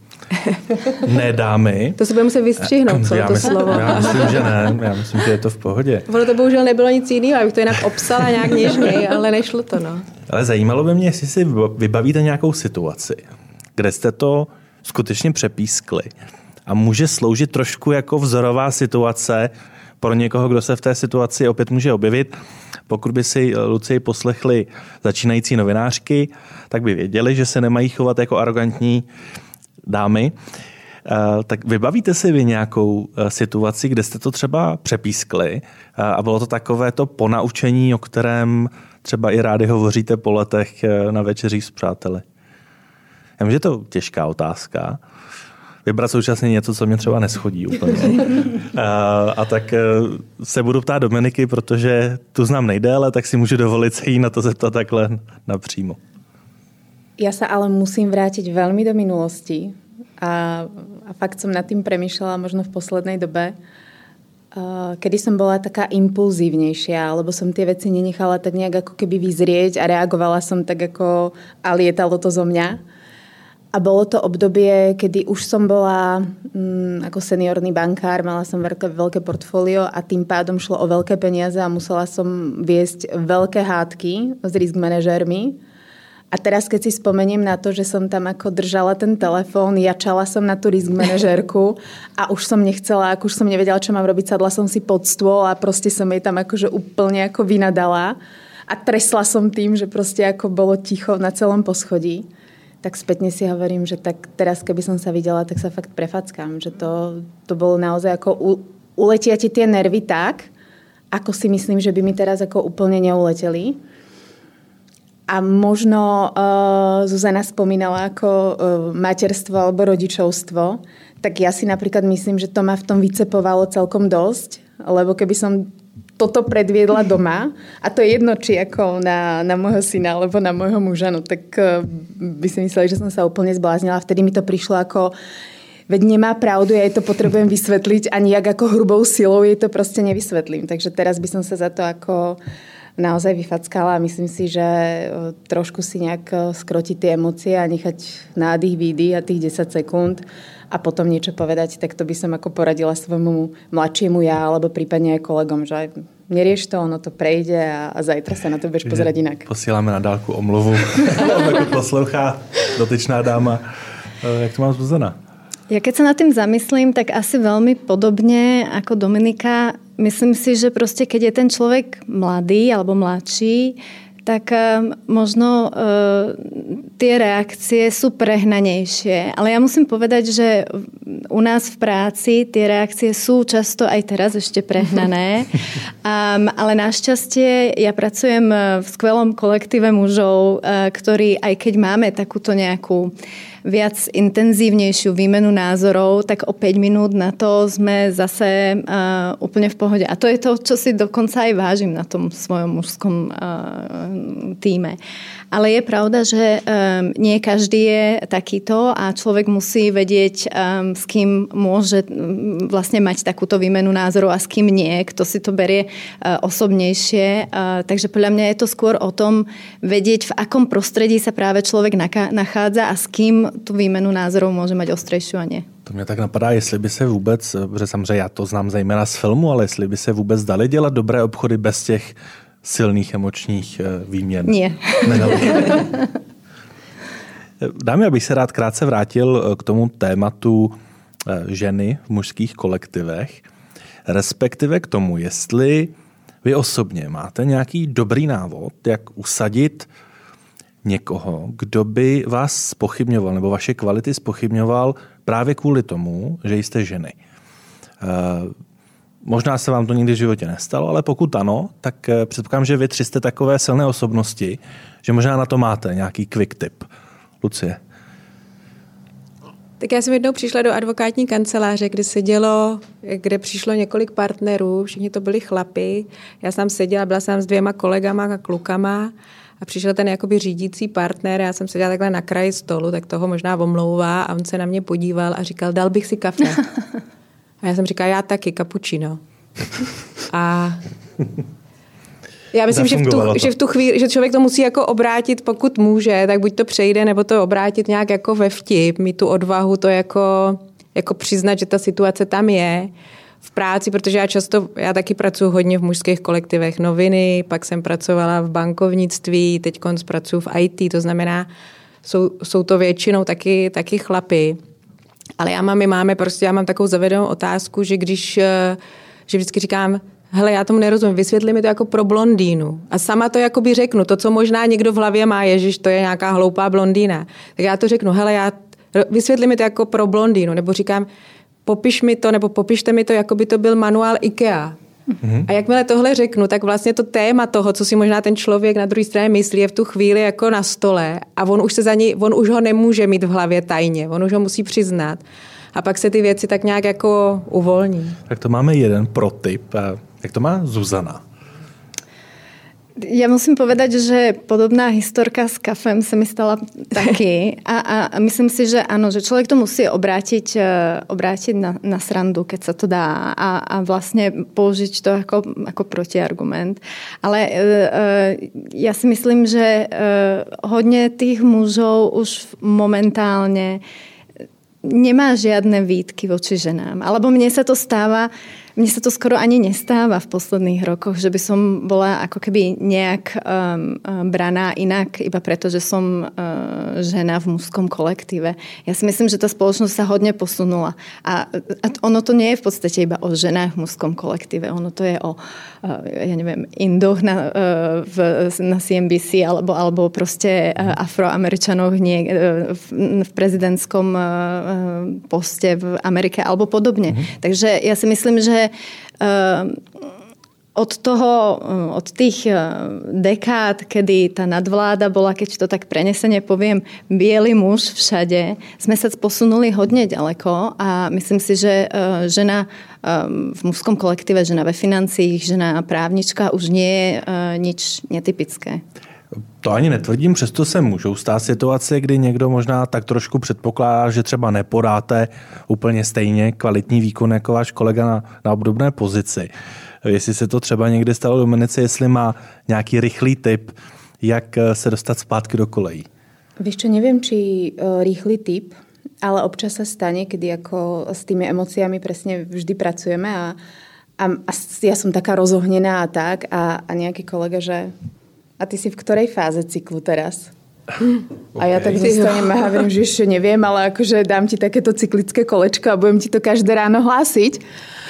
ne dámy. To se budeme se vystřihnout, co já to myslím, slovo. Já myslím, že ne. Já myslím, že je to v pohodě. Ono to bohužel nebylo nic jiného, abych to jinak obsala nějak něžněji, ale nešlo to, no. Ale zajímalo by mě, jestli si vybavíte nějakou situaci, kde jste to skutečně přepískli a může sloužit trošku jako vzorová situace pro někoho, kdo se v té situaci opět může objevit. Pokud by si Lucii poslechli začínající novinářky, tak by věděli, že se nemají chovat jako arrogantní dámy. Tak vybavíte si vy nějakou situaci, kde jste to třeba přepískli a bylo to takové to ponaučení, o kterém třeba i rádi hovoříte po letech na večeřích s přáteli? Já vím, že je to těžká otázka. Vybrat současně něco, co mě třeba neschodí úplně. A, a tak se budu ptát Dominiky, protože tu znám nejdéle, tak si můžu dovolit se jí na to zeptat takhle napřímo. Ja sa ale musím vrátiť veľmi do minulosti a, a fakt som nad tým premýšľala možno v poslednej dobe, uh, kedy som bola taká impulzívnejšia, alebo som tie veci nenechala tak nejak ako keby vyzrieť a reagovala som tak ako a lietalo to zo mňa. A bolo to obdobie, kedy už som bola mm, ako seniorný bankár, mala som veľké, veľké portfólio a tým pádom šlo o veľké peniaze a musela som viesť veľké hádky s risk manažérmi. A teraz, keď si spomeniem na to, že som tam ako držala ten telefón, jačala som na tú risk manažérku a už som nechcela, ako už som nevedela, čo mám robiť, sadla som si pod stôl a proste som jej tam akože úplne ako vynadala a tresla som tým, že proste ako bolo ticho na celom poschodí. Tak spätne si hovorím, že tak teraz, keby som sa videla, tak sa fakt prefackám, že to, to bolo naozaj ako u, uletia ti tie nervy tak, ako si myslím, že by mi teraz ako úplne neuleteli. A možno uh, Zuzana spomínala ako uh, materstvo alebo rodičovstvo, tak ja si napríklad myslím, že to ma v tom vycepovalo celkom dosť, lebo keby som toto predviedla doma, a to je jedno, či ako na, na môjho syna alebo na môjho muža, no tak uh, by si mysleli, že som sa úplne zbláznila. Vtedy mi to prišlo ako, veď nemá pravdu, ja jej to potrebujem vysvetliť a nijak ako hrubou silou jej to proste nevysvetlím. Takže teraz by som sa za to ako naozaj vyfackala a myslím si, že trošku si nejak skrotiť tie emócie a nechať nádych, výdych a tých desať sekúnd a potom niečo povedať, tak to by som ako poradila svojmu mladšiemu ja alebo prípadne aj kolegom, že nerieš to, ono to prejde a, a zajtra sa na to budeš pozerať inak. Posíláme na dálku omluvu, ako poslouchá dotyčná dáma. Jak to mám Zuzana? Ja keď sa nad tým zamyslím, tak asi veľmi podobne ako Dominika. Myslím si, že proste keď je ten človek mladý alebo mladší, tak možno uh, tie reakcie sú prehnanejšie. Ale ja musím povedať, že u nás v práci tie reakcie sú často aj teraz ešte prehnané. Um, ale našťastie ja pracujem v skvelom kolektíve mužov, uh, ktorí aj keď máme takúto nejakú viac intenzívnejšiu výmenu názorov, tak o päť minút na to sme zase uh, úplne v pohode. A to je to, čo si dokonca aj vážim na tom svojom mužskom uh, týme. Ale je pravda, že um, nie každý je takýto a človek musí vedieť, um, s kým môže um, vlastne mať takúto výmenu názorov a s kým nie, kto si to berie uh, osobnejšie. Uh, takže podľa mňa je to skôr o tom vedieť, v akom prostredí sa práve človek naka- nachádza a s kým tu výmenu názorov může mít ostrejší a ne. To mě tak napadá, jestli by se vůbec, protože samozřejmě já to znám zejména z filmu, ale jestli by se vůbec dali dělat dobré obchody bez těch silných emočních výměn. Nie. Dámy, abych se rád krátce vrátil k tomu tématu ženy v mužských kolektivech, respektive k tomu, jestli vy osobně máte nějaký dobrý návod, jak usadit někoho, kdo by vás zpochybňoval nebo vaše kvality zpochybňoval právě kvůli tomu, že jste ženy. E, možná se vám to nikdy v životě nestalo, ale pokud ano, tak předpokládám, že vy tři jste takové silné osobnosti, že možná na to máte nějaký quick tip. Lucie. Tak já jsem jednou přišla do advokátní kanceláře, kde sedělo, kde přišlo několik partnerů, všichni to byli chlapi. Já jsem seděla, byla jsem s dvěma kolegama a klukama a přišel ten jakoby řídící partner, já jsem seděla takhle na kraji stolu, tak toho možná omlouvá a on se na mě podíval a říkal, dal bych si kafe. A já jsem říkala, já taky, cappuccino. A já myslím, že v, tu, že v tu chvíli, že člověk to musí jako obrátit, pokud může, tak buď to přejde, nebo to obrátit nějak jako ve vtip, mít tu odvahu to jako, jako přiznat, že ta situace tam je v práci, protože já často, já taky pracuji hodně v mužských kolektivech, noviny, pak jsem pracovala v bankovnictví, teď pracuji v í té, to znamená, jsou, jsou to většinou taky, taky chlapy. Ale já mám, my máme prostě, já mám takovou zavedenou otázku, že když, že vždycky říkám, hele, já tomu nerozumím, vysvětli mi to jako pro blondýnu. A sama to jakoby řeknu, to, co možná někdo v hlavě má, ježiš, to je nějaká hloupá blondýna. Tak já to řeknu, hele, já, vysvětli mi to jako pro blondýnu, nebo říkám, popiš mi to, nebo popište mi to, jako by to byl manuál IKEA. Mm-hmm. A jakmile tohle řeknu, tak vlastně to téma toho, co si možná ten člověk na druhé straně myslí, je v tu chvíli jako na stole a on už se za ní, on už ho nemůže mít v hlavě tajně, on už ho musí přiznat. A pak se ty věci tak nějak jako uvolní. Tak to máme jeden protip. Jak to má Zuzana? Ja musím povedať, že podobná historka s kafem sa mi stala taky a, a, a myslím si, že áno, že človek to musí obrátiť, obrátiť na, na srandu, keď sa to dá a, a vlastne použiť to ako, ako protiargument. Ale e, e, ja si myslím, že e, hodne tých mužov už momentálne nemá žiadne výtky voči ženám. Alebo mne sa to stáva, mne sa to skoro ani nestáva v posledných rokoch, že by som bola ako keby nejak um, braná inak, iba preto, že som uh, žena v mužskom kolektíve. Ja si myslím, že tá spoločnosť sa hodne posunula. A, a ono to nie je v podstate iba o ženách v mužskom kolektíve. Ono to je o, uh, ja neviem, Indoch na, uh, v, na C N B C alebo, alebo proste uh, Afroameričanoch nie, uh, v, v prezidentskom uh, poste v Amerike alebo podobne. Mm-hmm. Takže ja si myslím, že od toho, od tých dekád, kedy tá nadvláda bola, keď to tak prenesene poviem, biely muž všade, sme sa posunuli hodne ďaleko a myslím si, že žena v mužskom kolektíve, žena ve financích, žena právnička už nie je nič netypické. To ani netvrdím, přesto se můžou stát situace, kdy někdo možná tak trošku předpokládá, že třeba nepodáte úplně stejně kvalitní výkon jako váš kolega na, na obdobné pozici. Jestli se to třeba někdy stalo Dominice, jestli má nějaký rychlý tip, jak se dostat zpátky do kolejí. Vieš čo, neviem, či uh, rýchly tip, ale občas sa stane, kedy ako s tými emóciami presne vždy pracujeme a, a, a ja som taká rozohnená a tak a, a nejaký kolega, že a ty si v ktorej fáze cyklu teraz? Okay. A ja tak zostanem a hovorím, že ešte neviem, ale akože dám ti takéto cyklické kolečko a budem ti to každé ráno hlásiť.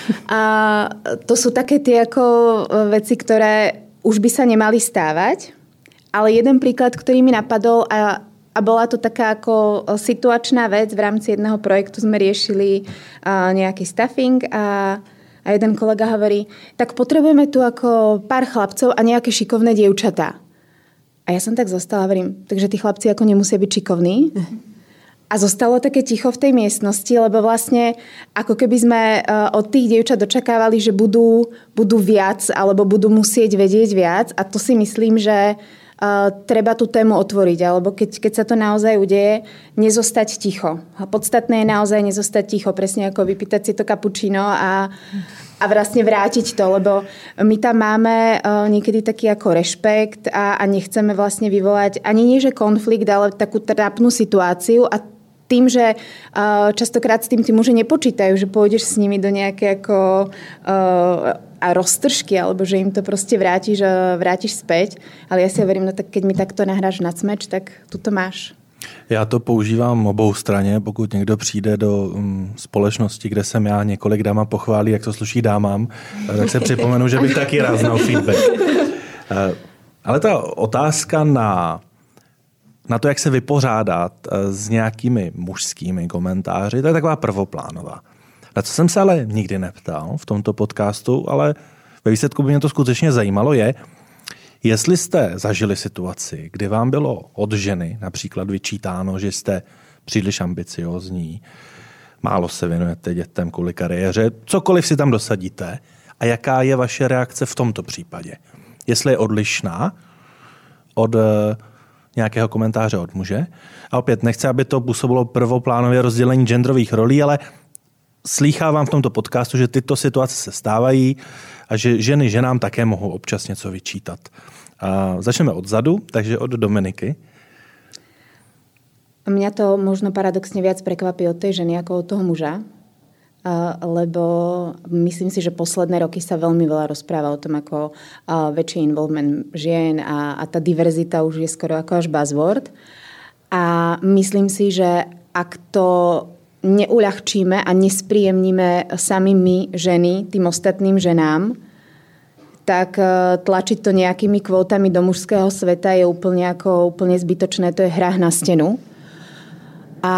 A to sú také tie ako veci, ktoré už by sa nemali stávať. Ale jeden príklad, ktorý mi napadol a, a bola to taká ako situačná vec, v rámci jedného projektu sme riešili uh, nejaký staffing a A jeden kolega hovorí, tak potrebujeme tu ako pár chlapcov a nejaké šikovné dievčatá. A ja som tak zostala, hovorím, takže tí chlapci ako nemusia byť šikovní. A zostalo také ticho v tej miestnosti, lebo vlastne ako keby sme od tých dievčat očakávali, že budú, budú viac alebo budú musieť vedieť viac. A to si myslím, že Uh, treba tú tému otvoriť, alebo keď, keď sa to naozaj udeje, nezostať ticho. A podstatné je naozaj nezostať ticho, presne ako vypýtať si to cappuccino a, a vlastne vrátiť to, lebo my tam máme uh, niekedy taký ako rešpekt a, a nechceme vlastne vyvolať ani nie, že konflikt, ale takú trápnu situáciu a tým, že uh, častokrát s tým tí muži nepočítajú, že pôjdeš s nimi do nejaké ako uh, a roztržky, alebo že im to proste vrátiš, vrátiš späť. Ale ja si hovorím, no tak keď mi takto nahráš na smeč, tak tu to máš. Já to používám obou straně, pokud někdo přijde do um, společnosti, kde jsem já, několik dáma pochválí, jak to sluší dámám, tak se připomenu, že bych taky rád znal feedback. Ale ta otázka na, na to, jak se vypořádat s nějakými mužskými komentáři, to je taková prvoplánová. Na co jsem se ale nikdy neptal v tomto podcastu, ale ve výsledku by mě to skutečně zajímalo, je, jestli jste zažili situaci, kdy vám bylo od ženy například vyčítáno, že jste příliš ambiciózní, málo se věnujete dětem kvůli kariéře, cokoliv si tam dosadíte. A jaká je vaše reakce v tomto případě? Jestli je odlišná od uh, nějakého komentáře od muže. A opět nechci, aby to působilo prvoplánově rozdělení genderových rolí, ale slýchávám v tomto podcastu, že tyto situace se stávají a že ženy ženám také mohou občas něco vyčítat. A začneme odzadu, takže od Dominiky. Mňa to možno paradoxne viac prekvapí od tej ženy ako od toho muža, lebo myslím si, že posledné roky sa veľmi veľa rozpráva o tom, ako väčší involvement žien a, a tá diverzita už je skoro ako až buzzword. A myslím si, že ak to neuľahčíme a nespríjemníme sami my, ženy, tým ostatným ženám, tak tlačiť to nejakými kvótami do mužského sveta je úplne, ako, úplne zbytočné. To je hra na stenu. A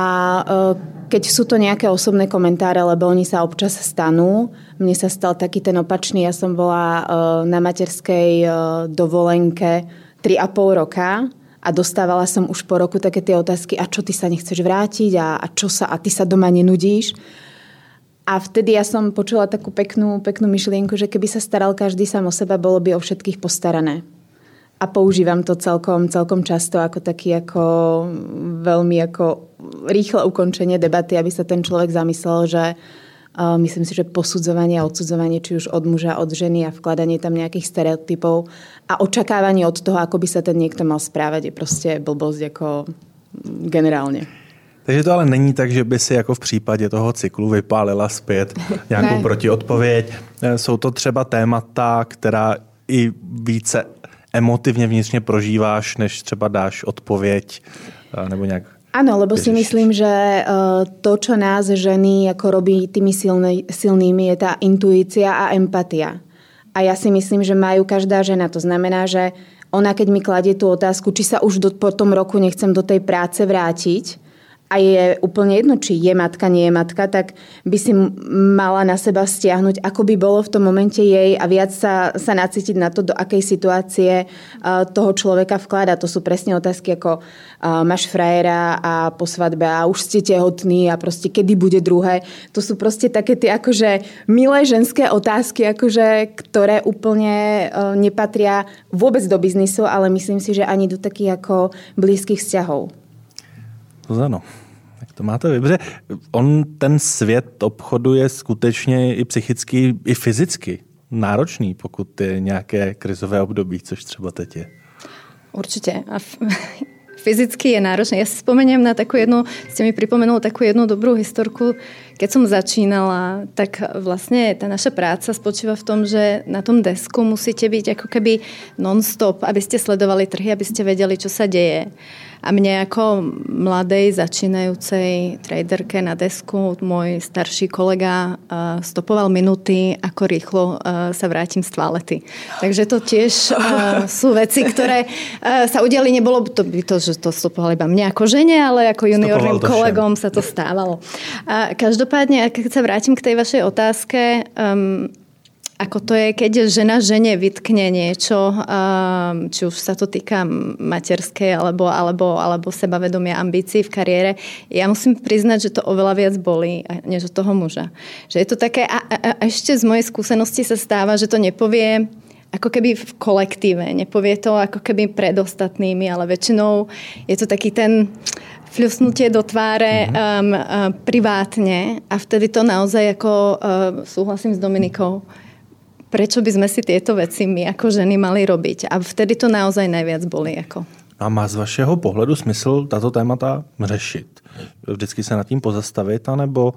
keď sú to nejaké osobné komentáre, lebo oni sa občas stanú, mne sa stal taký ten opačný. Ja som bola na materskej dovolenke tri a pol roka a dostávala som už po roku také tie otázky, a čo ty sa nechceš vrátiť a, a čo sa, a ty sa doma nenudíš. A vtedy ja som počula takú peknú, peknú myšlienku, že keby sa staral každý sám o seba, bolo by o všetkých postarané. A používam to celkom, celkom často ako taký ako veľmi ako rýchle ukončenie debaty, aby sa ten človek zamyslel, že uh, myslím si, že posudzovanie a odsudzovanie či už od muža, od ženy a vkladanie tam nejakých stereotypov a očakávanie od toho, ako by sa ten niekto mal správať, je proste blbosť ako generálne. Takže to ale není tak, že by si jako v případě toho cyklu vypálila zpět nějakou protiodpověď. Jsou to třeba témata, která i více emotivně vnitřně prožíváš, než třeba dáš odpověď nebo nějak... Áno, lebo si myslím, že to, čo nás ženy ako robí tými silný, silnými, je tá intuícia a empatia. A ja si myslím, že majú každá žena. To znamená, že ona, keď mi kladie tú otázku, či sa už do, po tom roku nechcem do tej práce vrátiť, a je úplne jedno, či je matka, nie je matka, tak by si mala na seba stiahnuť, ako by bolo v tom momente jej a viac sa, sa nacítiť na to, do akej situácie uh, toho človeka vklada. To sú presne otázky ako uh, máš frajera a po svadbe a už ste tehotní a proste kedy bude druhé. To sú proste také tie akože milé ženské otázky, akože, ktoré úplne uh, nepatria vôbec do biznisu, ale myslím si, že ani do takých ako blízkych vzťahov. Ano, tak to máte vybře. On ten svět obchodu je skutečně i psychicky, i fyzicky náročný, pokud je nějaké krizové období, což třeba teď je. Určitě. A f- fyzicky je náročné. Ja si spomeniem na takú jednu, ste mi pripomenuli takú jednu dobrú historku. Keď som začínala, tak vlastne tá naša práca spočíva v tom, že na tom desku musíte byť ako keby non-stop, aby ste sledovali trhy, aby ste vedeli, čo sa deje. A mne ako mladej, začínajúcej traderke na desku môj starší kolega uh, stopoval minúty, ako rýchlo uh, sa vrátim z toalety. Takže to tiež uh, sú veci, ktoré uh, sa udiali. Nebolo to by to, že to stopoval iba mne ako žene, ale ako juniorným kolegom sa to stávalo. A každopádne, keď sa vrátim k tej vašej otázke, um, ako to je, keď žena žene vytkne niečo, či už sa to týka materskej alebo, alebo, alebo sebavedomia, ambícií v kariére. Ja musím priznať, že to oveľa viac bolí, než od toho muža. Že je to také, a, a, a ešte z mojej skúsenosti sa stáva, že to nepovie ako keby v kolektíve. Nepovie to ako keby pred ostatnými, ale väčšinou je to taký ten fľusnutie do tváre mm-hmm. um, uh, privátne a vtedy to naozaj ako uh, súhlasím s Dominikou, prečo by sme si tieto veci my ako ženy mali robiť. A vtedy to naozaj najviac bolí. Ako. A má z vašeho pohledu smysl tato témata řešit? Vždycky se nad tím pozastavit, anebo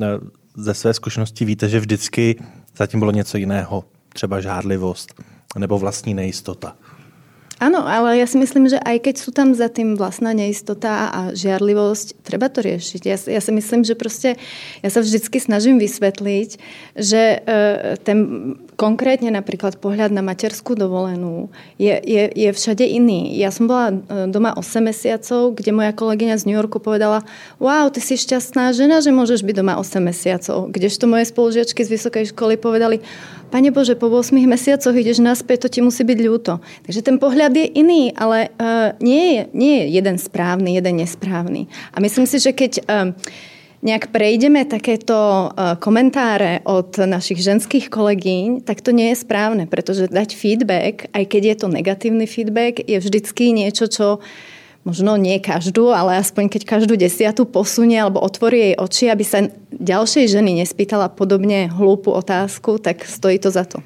ze své zkušenosti víte, že vždycky zatím bylo něco jiného, třeba žádlivost, nebo vlastní nejistota? Áno, ale ja si myslím, že aj keď sú tam za tým vlastná neistota a žiarlivosť, treba to riešiť. Ja, ja si myslím, že proste ja sa vždycky snažím vysvetliť, že ten konkrétne napríklad pohľad na materskú dovolenú je, je, je všade iný. Ja som bola doma osem mesiacov, kde moja kolegyňa z New Yorku povedala, wow, ty si šťastná žena, že môžeš byť doma osem mesiacov. Kdežto moje spolužiačky z vysokej školy povedali, Pane Bože, po ôsmich mesiacoch ideš naspäť, to ti musí byť ľúto. Takže ten pohľad je iný, ale uh, nie, je, nie je jeden správny, jeden nesprávny. A myslím si, že keď uh, nejak prejdeme takéto uh, komentáre od našich ženských kolegyň, tak to nie je správne, pretože dať feedback, aj keď je to negatívny feedback, je vždycky niečo, čo možno nie každú, ale aspoň keď každú desiatu posunie alebo otvorí jej oči, aby sa ďalšej ženy nespýtala podobne hlúpu otázku, tak stojí to za to.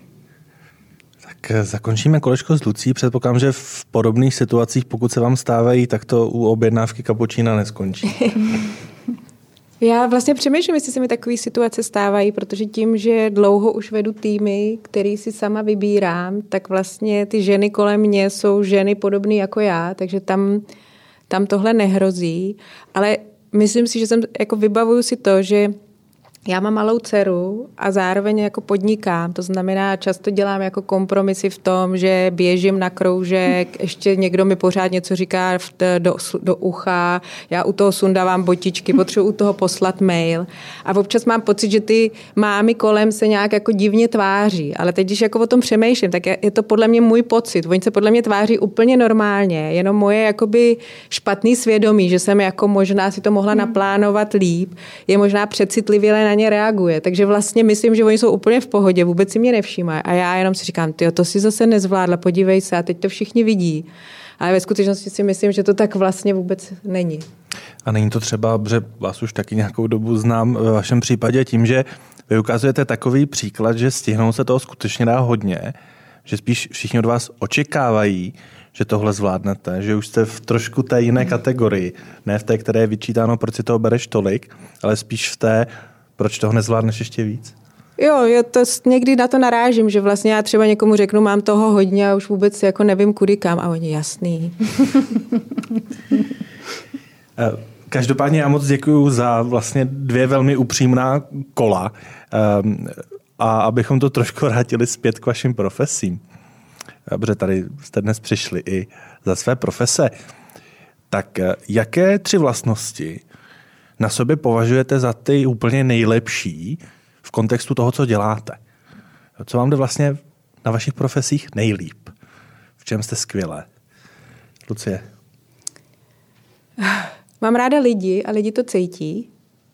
Tak zakončíme kolečko s Lucí. Předpokládám, že v podobných situacích, pokud se vám stávají, tak to u objednávky kapučína neskončí. Já vlastně přemýšlím, jestli se mi takové situace stávají, protože tím, že dlouho už vedu týmy, který si sama vybírám, tak vlastně ty ženy kolem mě jsou ženy podobné jako já, takže tam, tam tohle nehrozí. Ale myslím si, že jsem, jako vybavuju si to, že já mám malou dceru a zároveň jako podnikám. To znamená, často dělám jako kompromisy v tom, že běžím na kroužek, ještě někdo mi pořád něco říká do, do ucha, já u toho sundávám botičky, potřebuji u toho poslat mail. A občas mám pocit, že ty mámy kolem se nějak jako divně tváří. Ale teď, když jako o tom přemýšlím, tak je to podle mě můj pocit. Oni se podle mě tváří úplně normálně. Jenom moje jakoby špatný svědomí, že jsem jako možná si to mohla naplánovat líp, je možná přecitlivěle na ně reaguje. Takže vlastně myslím, že oni jsou úplně v pohodě, vůbec si mě nevšímají. A já jenom si říkám, tyjo, to si zase nezvládla, podívej se, a teď to všichni vidí. Ale ve skutečnosti si myslím, že to tak vlastně vůbec není. A není to třeba, že vás už taky nějakou dobu znám ve vašem případě tím, že vy ukazujete takový příklad, že stihnout se toho skutečně dá hodně, že spíš všichni od vás očekávají, že tohle zvládnete, že už jste v trošku té jiné kategorii, ne v té, které je vyčítáno, proč si toho bereš tolik, ale spíš v té, proč toho nezvládneš ještě víc? Jo, já to někdy na to narážím, že vlastně já třeba někomu řeknu, mám toho hodně a už vůbec jako nevím kudy kam a oni jasný. Každopádně já moc děkuju za vlastně dvě velmi upřímná kola a abychom to trošku vrátili zpět k vašim profesím. Dobře, tady jste dnes přišli i za své profese. Tak jaké tři vlastnosti na sobě považujete za ty úplně nejlepší v kontextu toho, co děláte? Co vám jde vlastně na vašich profesích nejlíp? V čem jste skvělé? Lucie. Mám ráda lidi a lidi to cítí.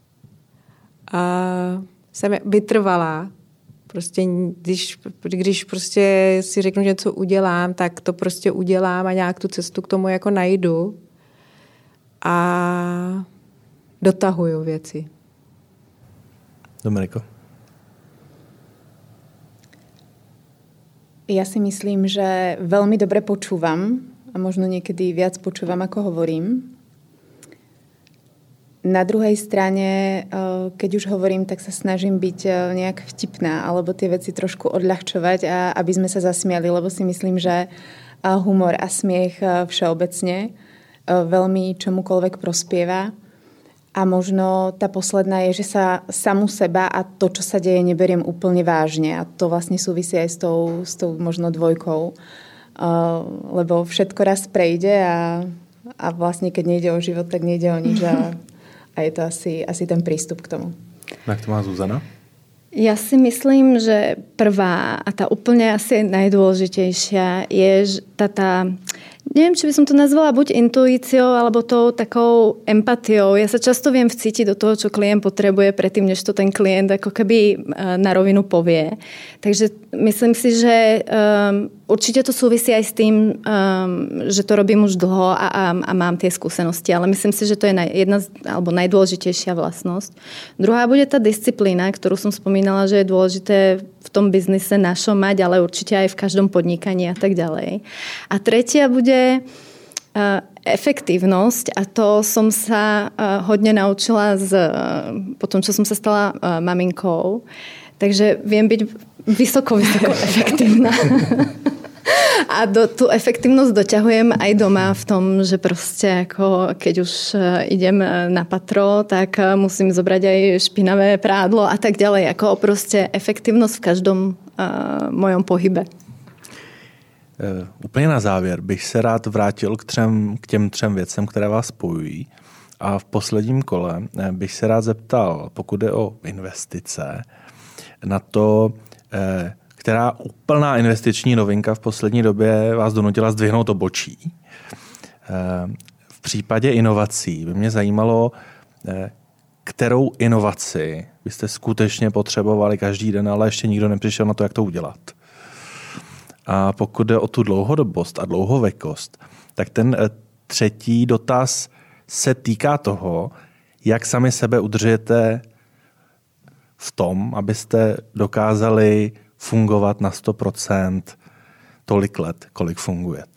A jsem vytrvalá. Prostě když, když prostě si řeknu, že něco udělám, tak to prostě udělám a nějak tu cestu k tomu jako najdu. A dotahuju věci. Dominiko. Ja si myslím, že veľmi dobre počúvam a možno niekedy viac počúvam, ako hovorím. Na druhej strane, keď už hovorím, tak sa snažím byť nejak vtipná alebo tie veci trošku odľahčovať, a aby sme sa zasmiali, lebo si myslím, že humor a smiech všeobecne veľmi čomukoľvek prospieva. A možno tá posledná je, že sa samu seba a to, čo sa deje, neberiem úplne vážne. A to vlastne súvisí aj s tou, s tou možno dvojkou. Uh, lebo všetko raz prejde a, a vlastne keď nejde o život, tak nejde o nič. A, a je to asi, asi ten prístup k tomu. Jak to má Zuzana? Ja si myslím, že prvá a tá úplne asi najdôležitejšia je tá, tá neviem, či by som to nazvala buď intuíciou, alebo tou takou empatiou. Ja sa často viem vcítiť do toho, čo klient potrebuje predtým, než to ten klient ako keby na rovinu povie. Takže myslím si, že um, určite to súvisí aj s tým, um, že to robím už dlho a, a, a mám tie skúsenosti, ale myslím si, že to je jedna z, alebo najdôležitejšia vlastnosť. Druhá bude tá disciplína, ktorú som spomínala, že je dôležité v tom biznise našom mať, ale určite aj v každom podnikaní a tak ďalej. A tretia bude uh, efektívnosť a to som sa uh, hodne naučila z, uh, po tom, čo som sa stala uh, maminkou. Takže viem byť vysoko, vysoko efektívna. A do, tu efektivnosť doťahujem aj doma v tom, že proste ako keď už idem na patro, tak musím zobrať aj špinavé prádlo a tak ďalej. Ako proste efektivnosť v každom uh, mojom pohybe. Uh, úplně na závěr bych se rád vrátil k, třem, k těm třem věcem, které vás spojují. A v posledním kole bych se rád zeptal, pokud jde o investice, na to, která úplná investiční novinka v poslední době vás donutila zdvihnout obočí. V případě inovací by mě zajímalo, kterou inovaci byste skutečně potřebovali každý den, ale ještě nikdo nepřišel na to, jak to udělat. A pokud jde o tu dlouhodobost a dlouhověkost, tak ten třetí dotaz se týká toho, jak sami sebe udržujete v tom, abyste dokázali fungovat na sto procent tolik let, kolik fungujete.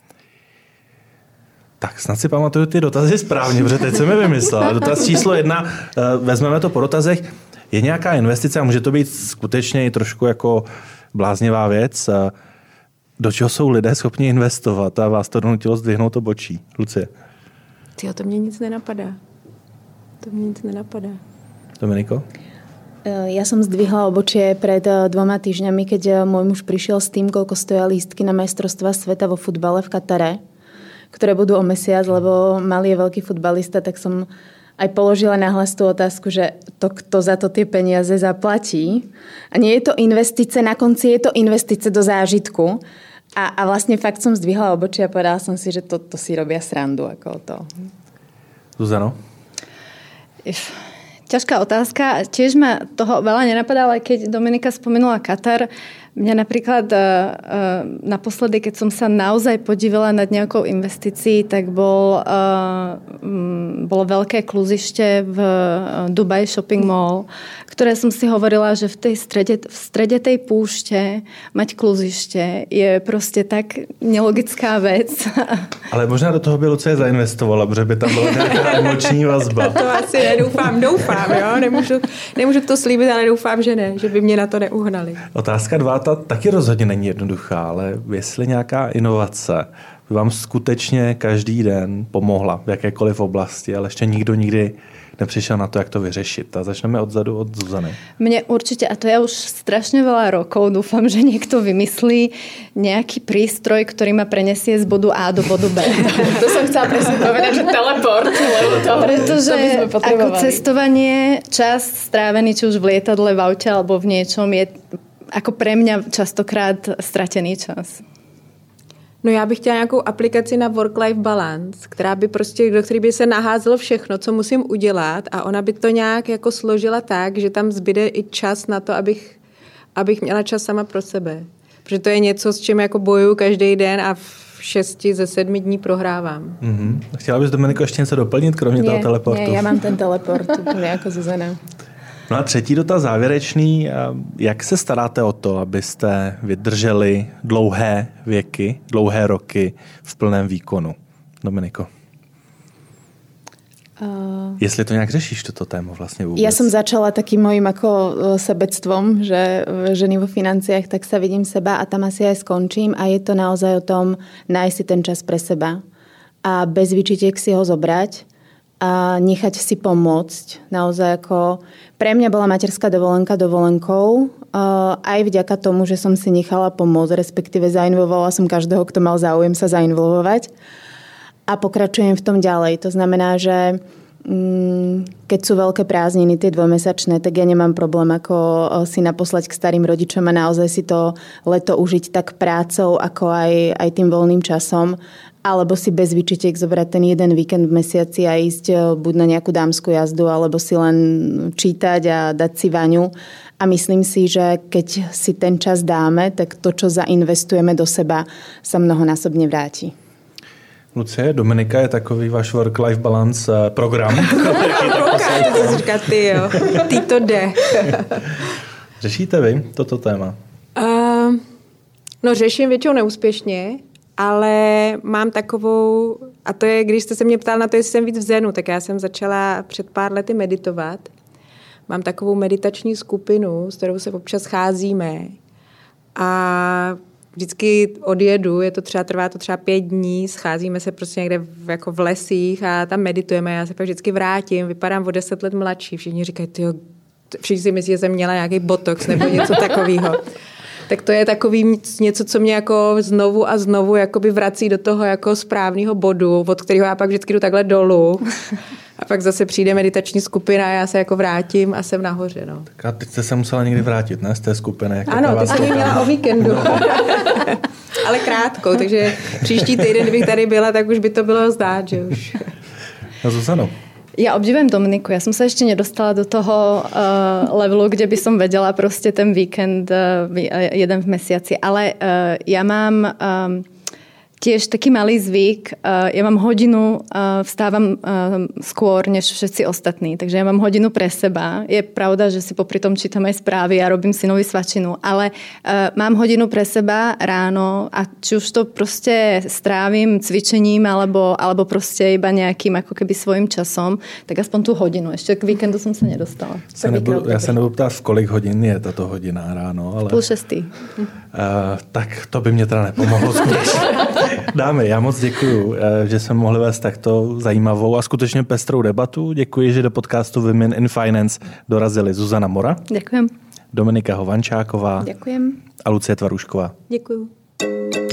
Tak snad si pamatuju ty dotazy správně, protože teď jsem je vymyslel. Dotaz číslo jedna, vezmeme to po dotazech. Je nějaká investice a může to být skutečně i trošku jako bláznivá věc, do čeho jsou lidé schopni investovat a vás to donutilo zdvihnout obočí. Lucie. Tyjo, to mě nic nenapadá. To mě nic nenapadá. Dominiko? Ja som zdvihla obočie pred dvoma týždňami, keď môj muž prišiel s tým, koľko stoja lístky na majstrovstvá sveta vo futbale v Katare, ktoré budú o mesiac, lebo malý je veľký futbalista, tak som aj položila nahlas tú otázku, že to, kto za to tie peniaze zaplatí. A nie je to investice, na konci je to investice do zážitku. A, a vlastne fakt som zdvihla obočie a povedala som si, že to, to si robia srandu. Ako to. Zuzano? If... Ťažká otázka. Tiež ma toho veľa nenapadá, ale keď Dominika spomenula Katar, mňa napríklad naposledy, keď som sa naozaj podívala nad nejakou investícií, tak bol, bolo veľké kluzište v Dubai Shopping Mall, ktoré som si hovorila, že v tej strede, v strede tej púšte mať kluziště je prostě tak nelogická vec. Ale možná do toho by Lucie zainvestovala, protože by tam byla nějaká emoční vazba. To asi nedoufám, doufám, jo? Nemůžu, nemůžu to slíbit, ale doufám, že ne, že by mě na to neuhnali. Otázka dva, ta taky rozhodně není jednoduchá, ale jestli nějaká inovace by vám skutečně každý den pomohla v jakékoliv oblasti, ale ještě nikdo nikdy nepřišel na to, jak to vyřešit. A začneme odzadu od Zuzany. Mne určite, a to ja už strašne veľa rokov dúfam, že niekto vymyslí nejaký prístroj, ktorý ma prenesie z bodu A do bodu B. To som chcela presne povedať, že teleport. To, Pretože to ako cestovanie, čas strávený, či už v lietadle, v aute alebo v niečom, je ako pre mňa častokrát stratený čas. No já bych chtěla nějakou aplikaci na work-life balance, která by prostě, do který by se naházelo všechno, co musím udělat a ona by to nějak jako složila tak, že tam zbyde i čas na to, abych, abych měla čas sama pro sebe. Protože to je něco, s čím jako bojuju každý den a v šesti ze sedmi dní prohrávám. Mm-hmm. Chtěla bys, Dominiko, ještě něco doplnit, kromě nie, toho teleportu? Nie, ja mám ten teleport, úplně jako Zuzana. No a třetí dotaz závěrečný. Jak se staráte o to, abyste vydrželi dlouhé věky, dlouhé roky v plném výkonu? Dominiko. Uh, Jestli to nějak řešíš, toto téma vlastně vůbec? Ja som začala takým mojím ako sebectvom, že ženy vo financiách, tak sa vidím seba a tam asi aj skončím a je to naozaj o tom nájsť si ten čas pre seba a bez výčitiek si ho zobrať a nechať si pomôcť. Naozaj ako pre mňa bola materská dovolenka dovolenkou, aj vďaka tomu, že som si nechala pomôcť, respektíve zainvolvovala som každého, kto mal záujem sa zainvolvovať a pokračujem v tom ďalej. To znamená, že keď sú veľké prázdniny, tie dvojmesačné, tak ja nemám problém ako si naposlať k starým rodičom a naozaj si to leto užiť tak prácou, ako aj, aj tým voľným časom, alebo si bez výčitiek zobrať ten jeden víkend v mesiaci a ísť buď na nejakú dámsku jazdu, alebo si len čítať a dať si vaňu. A myslím si, že keď si ten čas dáme, tak to, čo zainvestujeme do seba, sa mnohonásobne vráti. Lucie, Dominika je takový váš work-life balance program. Koukáte, co si říká, ty jo, ty to jde. Řešíte vy toto téma? Uh, no řeším většinou neúspěšně, ale mám takovou, a to je, když jste se mě ptal na to, jestli jsem víc v zenu, tak já jsem začala před pár lety meditovat. Mám takovou meditační skupinu, s kterou se občas scházíme a vždycky odjedu, je to třeba, trvá to třeba pět dní, scházíme se prostě někde v, jako v lesích a tam meditujeme, já se pak vždycky vrátím, vypadám o deset let mladší, všichni říkají, tyjo, všichni si myslí, že jsem měla nějaký botox nebo něco takového. Tak to je takový něco, co mě jako znovu a znovu jakoby vrací do toho jako správného bodu, od kterého já pak vždycky jdu takhle dolů. A pak zase přijde meditační skupina a já se jako vrátím a jsem nahoře. No. Tak a teď jste se musela někdy vrátit, ne? Z té skupiny. Jak ano, ty jsi mě měla o víkendu. No. Ale krátkou, takže příští týden, kdybych tady byla, tak už by to bylo zdát, že už. A Zuzano? Ja obdivujem Dominiku. Ja som sa ešte nedostala do toho uh, levelu, kde by som vedela proste ten víkend uh, jeden v mesiaci. Ale uh, ja mám um, tiež taký malý zvyk. Uh, ja mám hodinu, uh, vstávam uh, skôr než všetci ostatní. Takže ja mám hodinu pre seba. Je pravda, že si popri tom čítam aj správy a robím si novú svačinu. Ale uh, mám hodinu pre seba ráno a či už to proste strávim cvičením alebo, alebo proste iba nejakým ako keby svojím časom, tak aspoň tú hodinu. Ešte k víkendu som sa nedostala. Se nebudu, já se nebudu ptát, v kolik hodin je tato hodina ráno. Ale... Půl šestý. Uh, tak to by mě teda nepomohlo skutečně. Dámy, já moc děkuju, že jsme mohli vést takto zajímavou a skutečně pestrou debatu. Děkuji, že do podcastu Women in Finance dorazili Zuzana Mora. Ďakujem. Dominika Hovančáková. Ďakujem. A Lucie Tvarušková. Děkuju.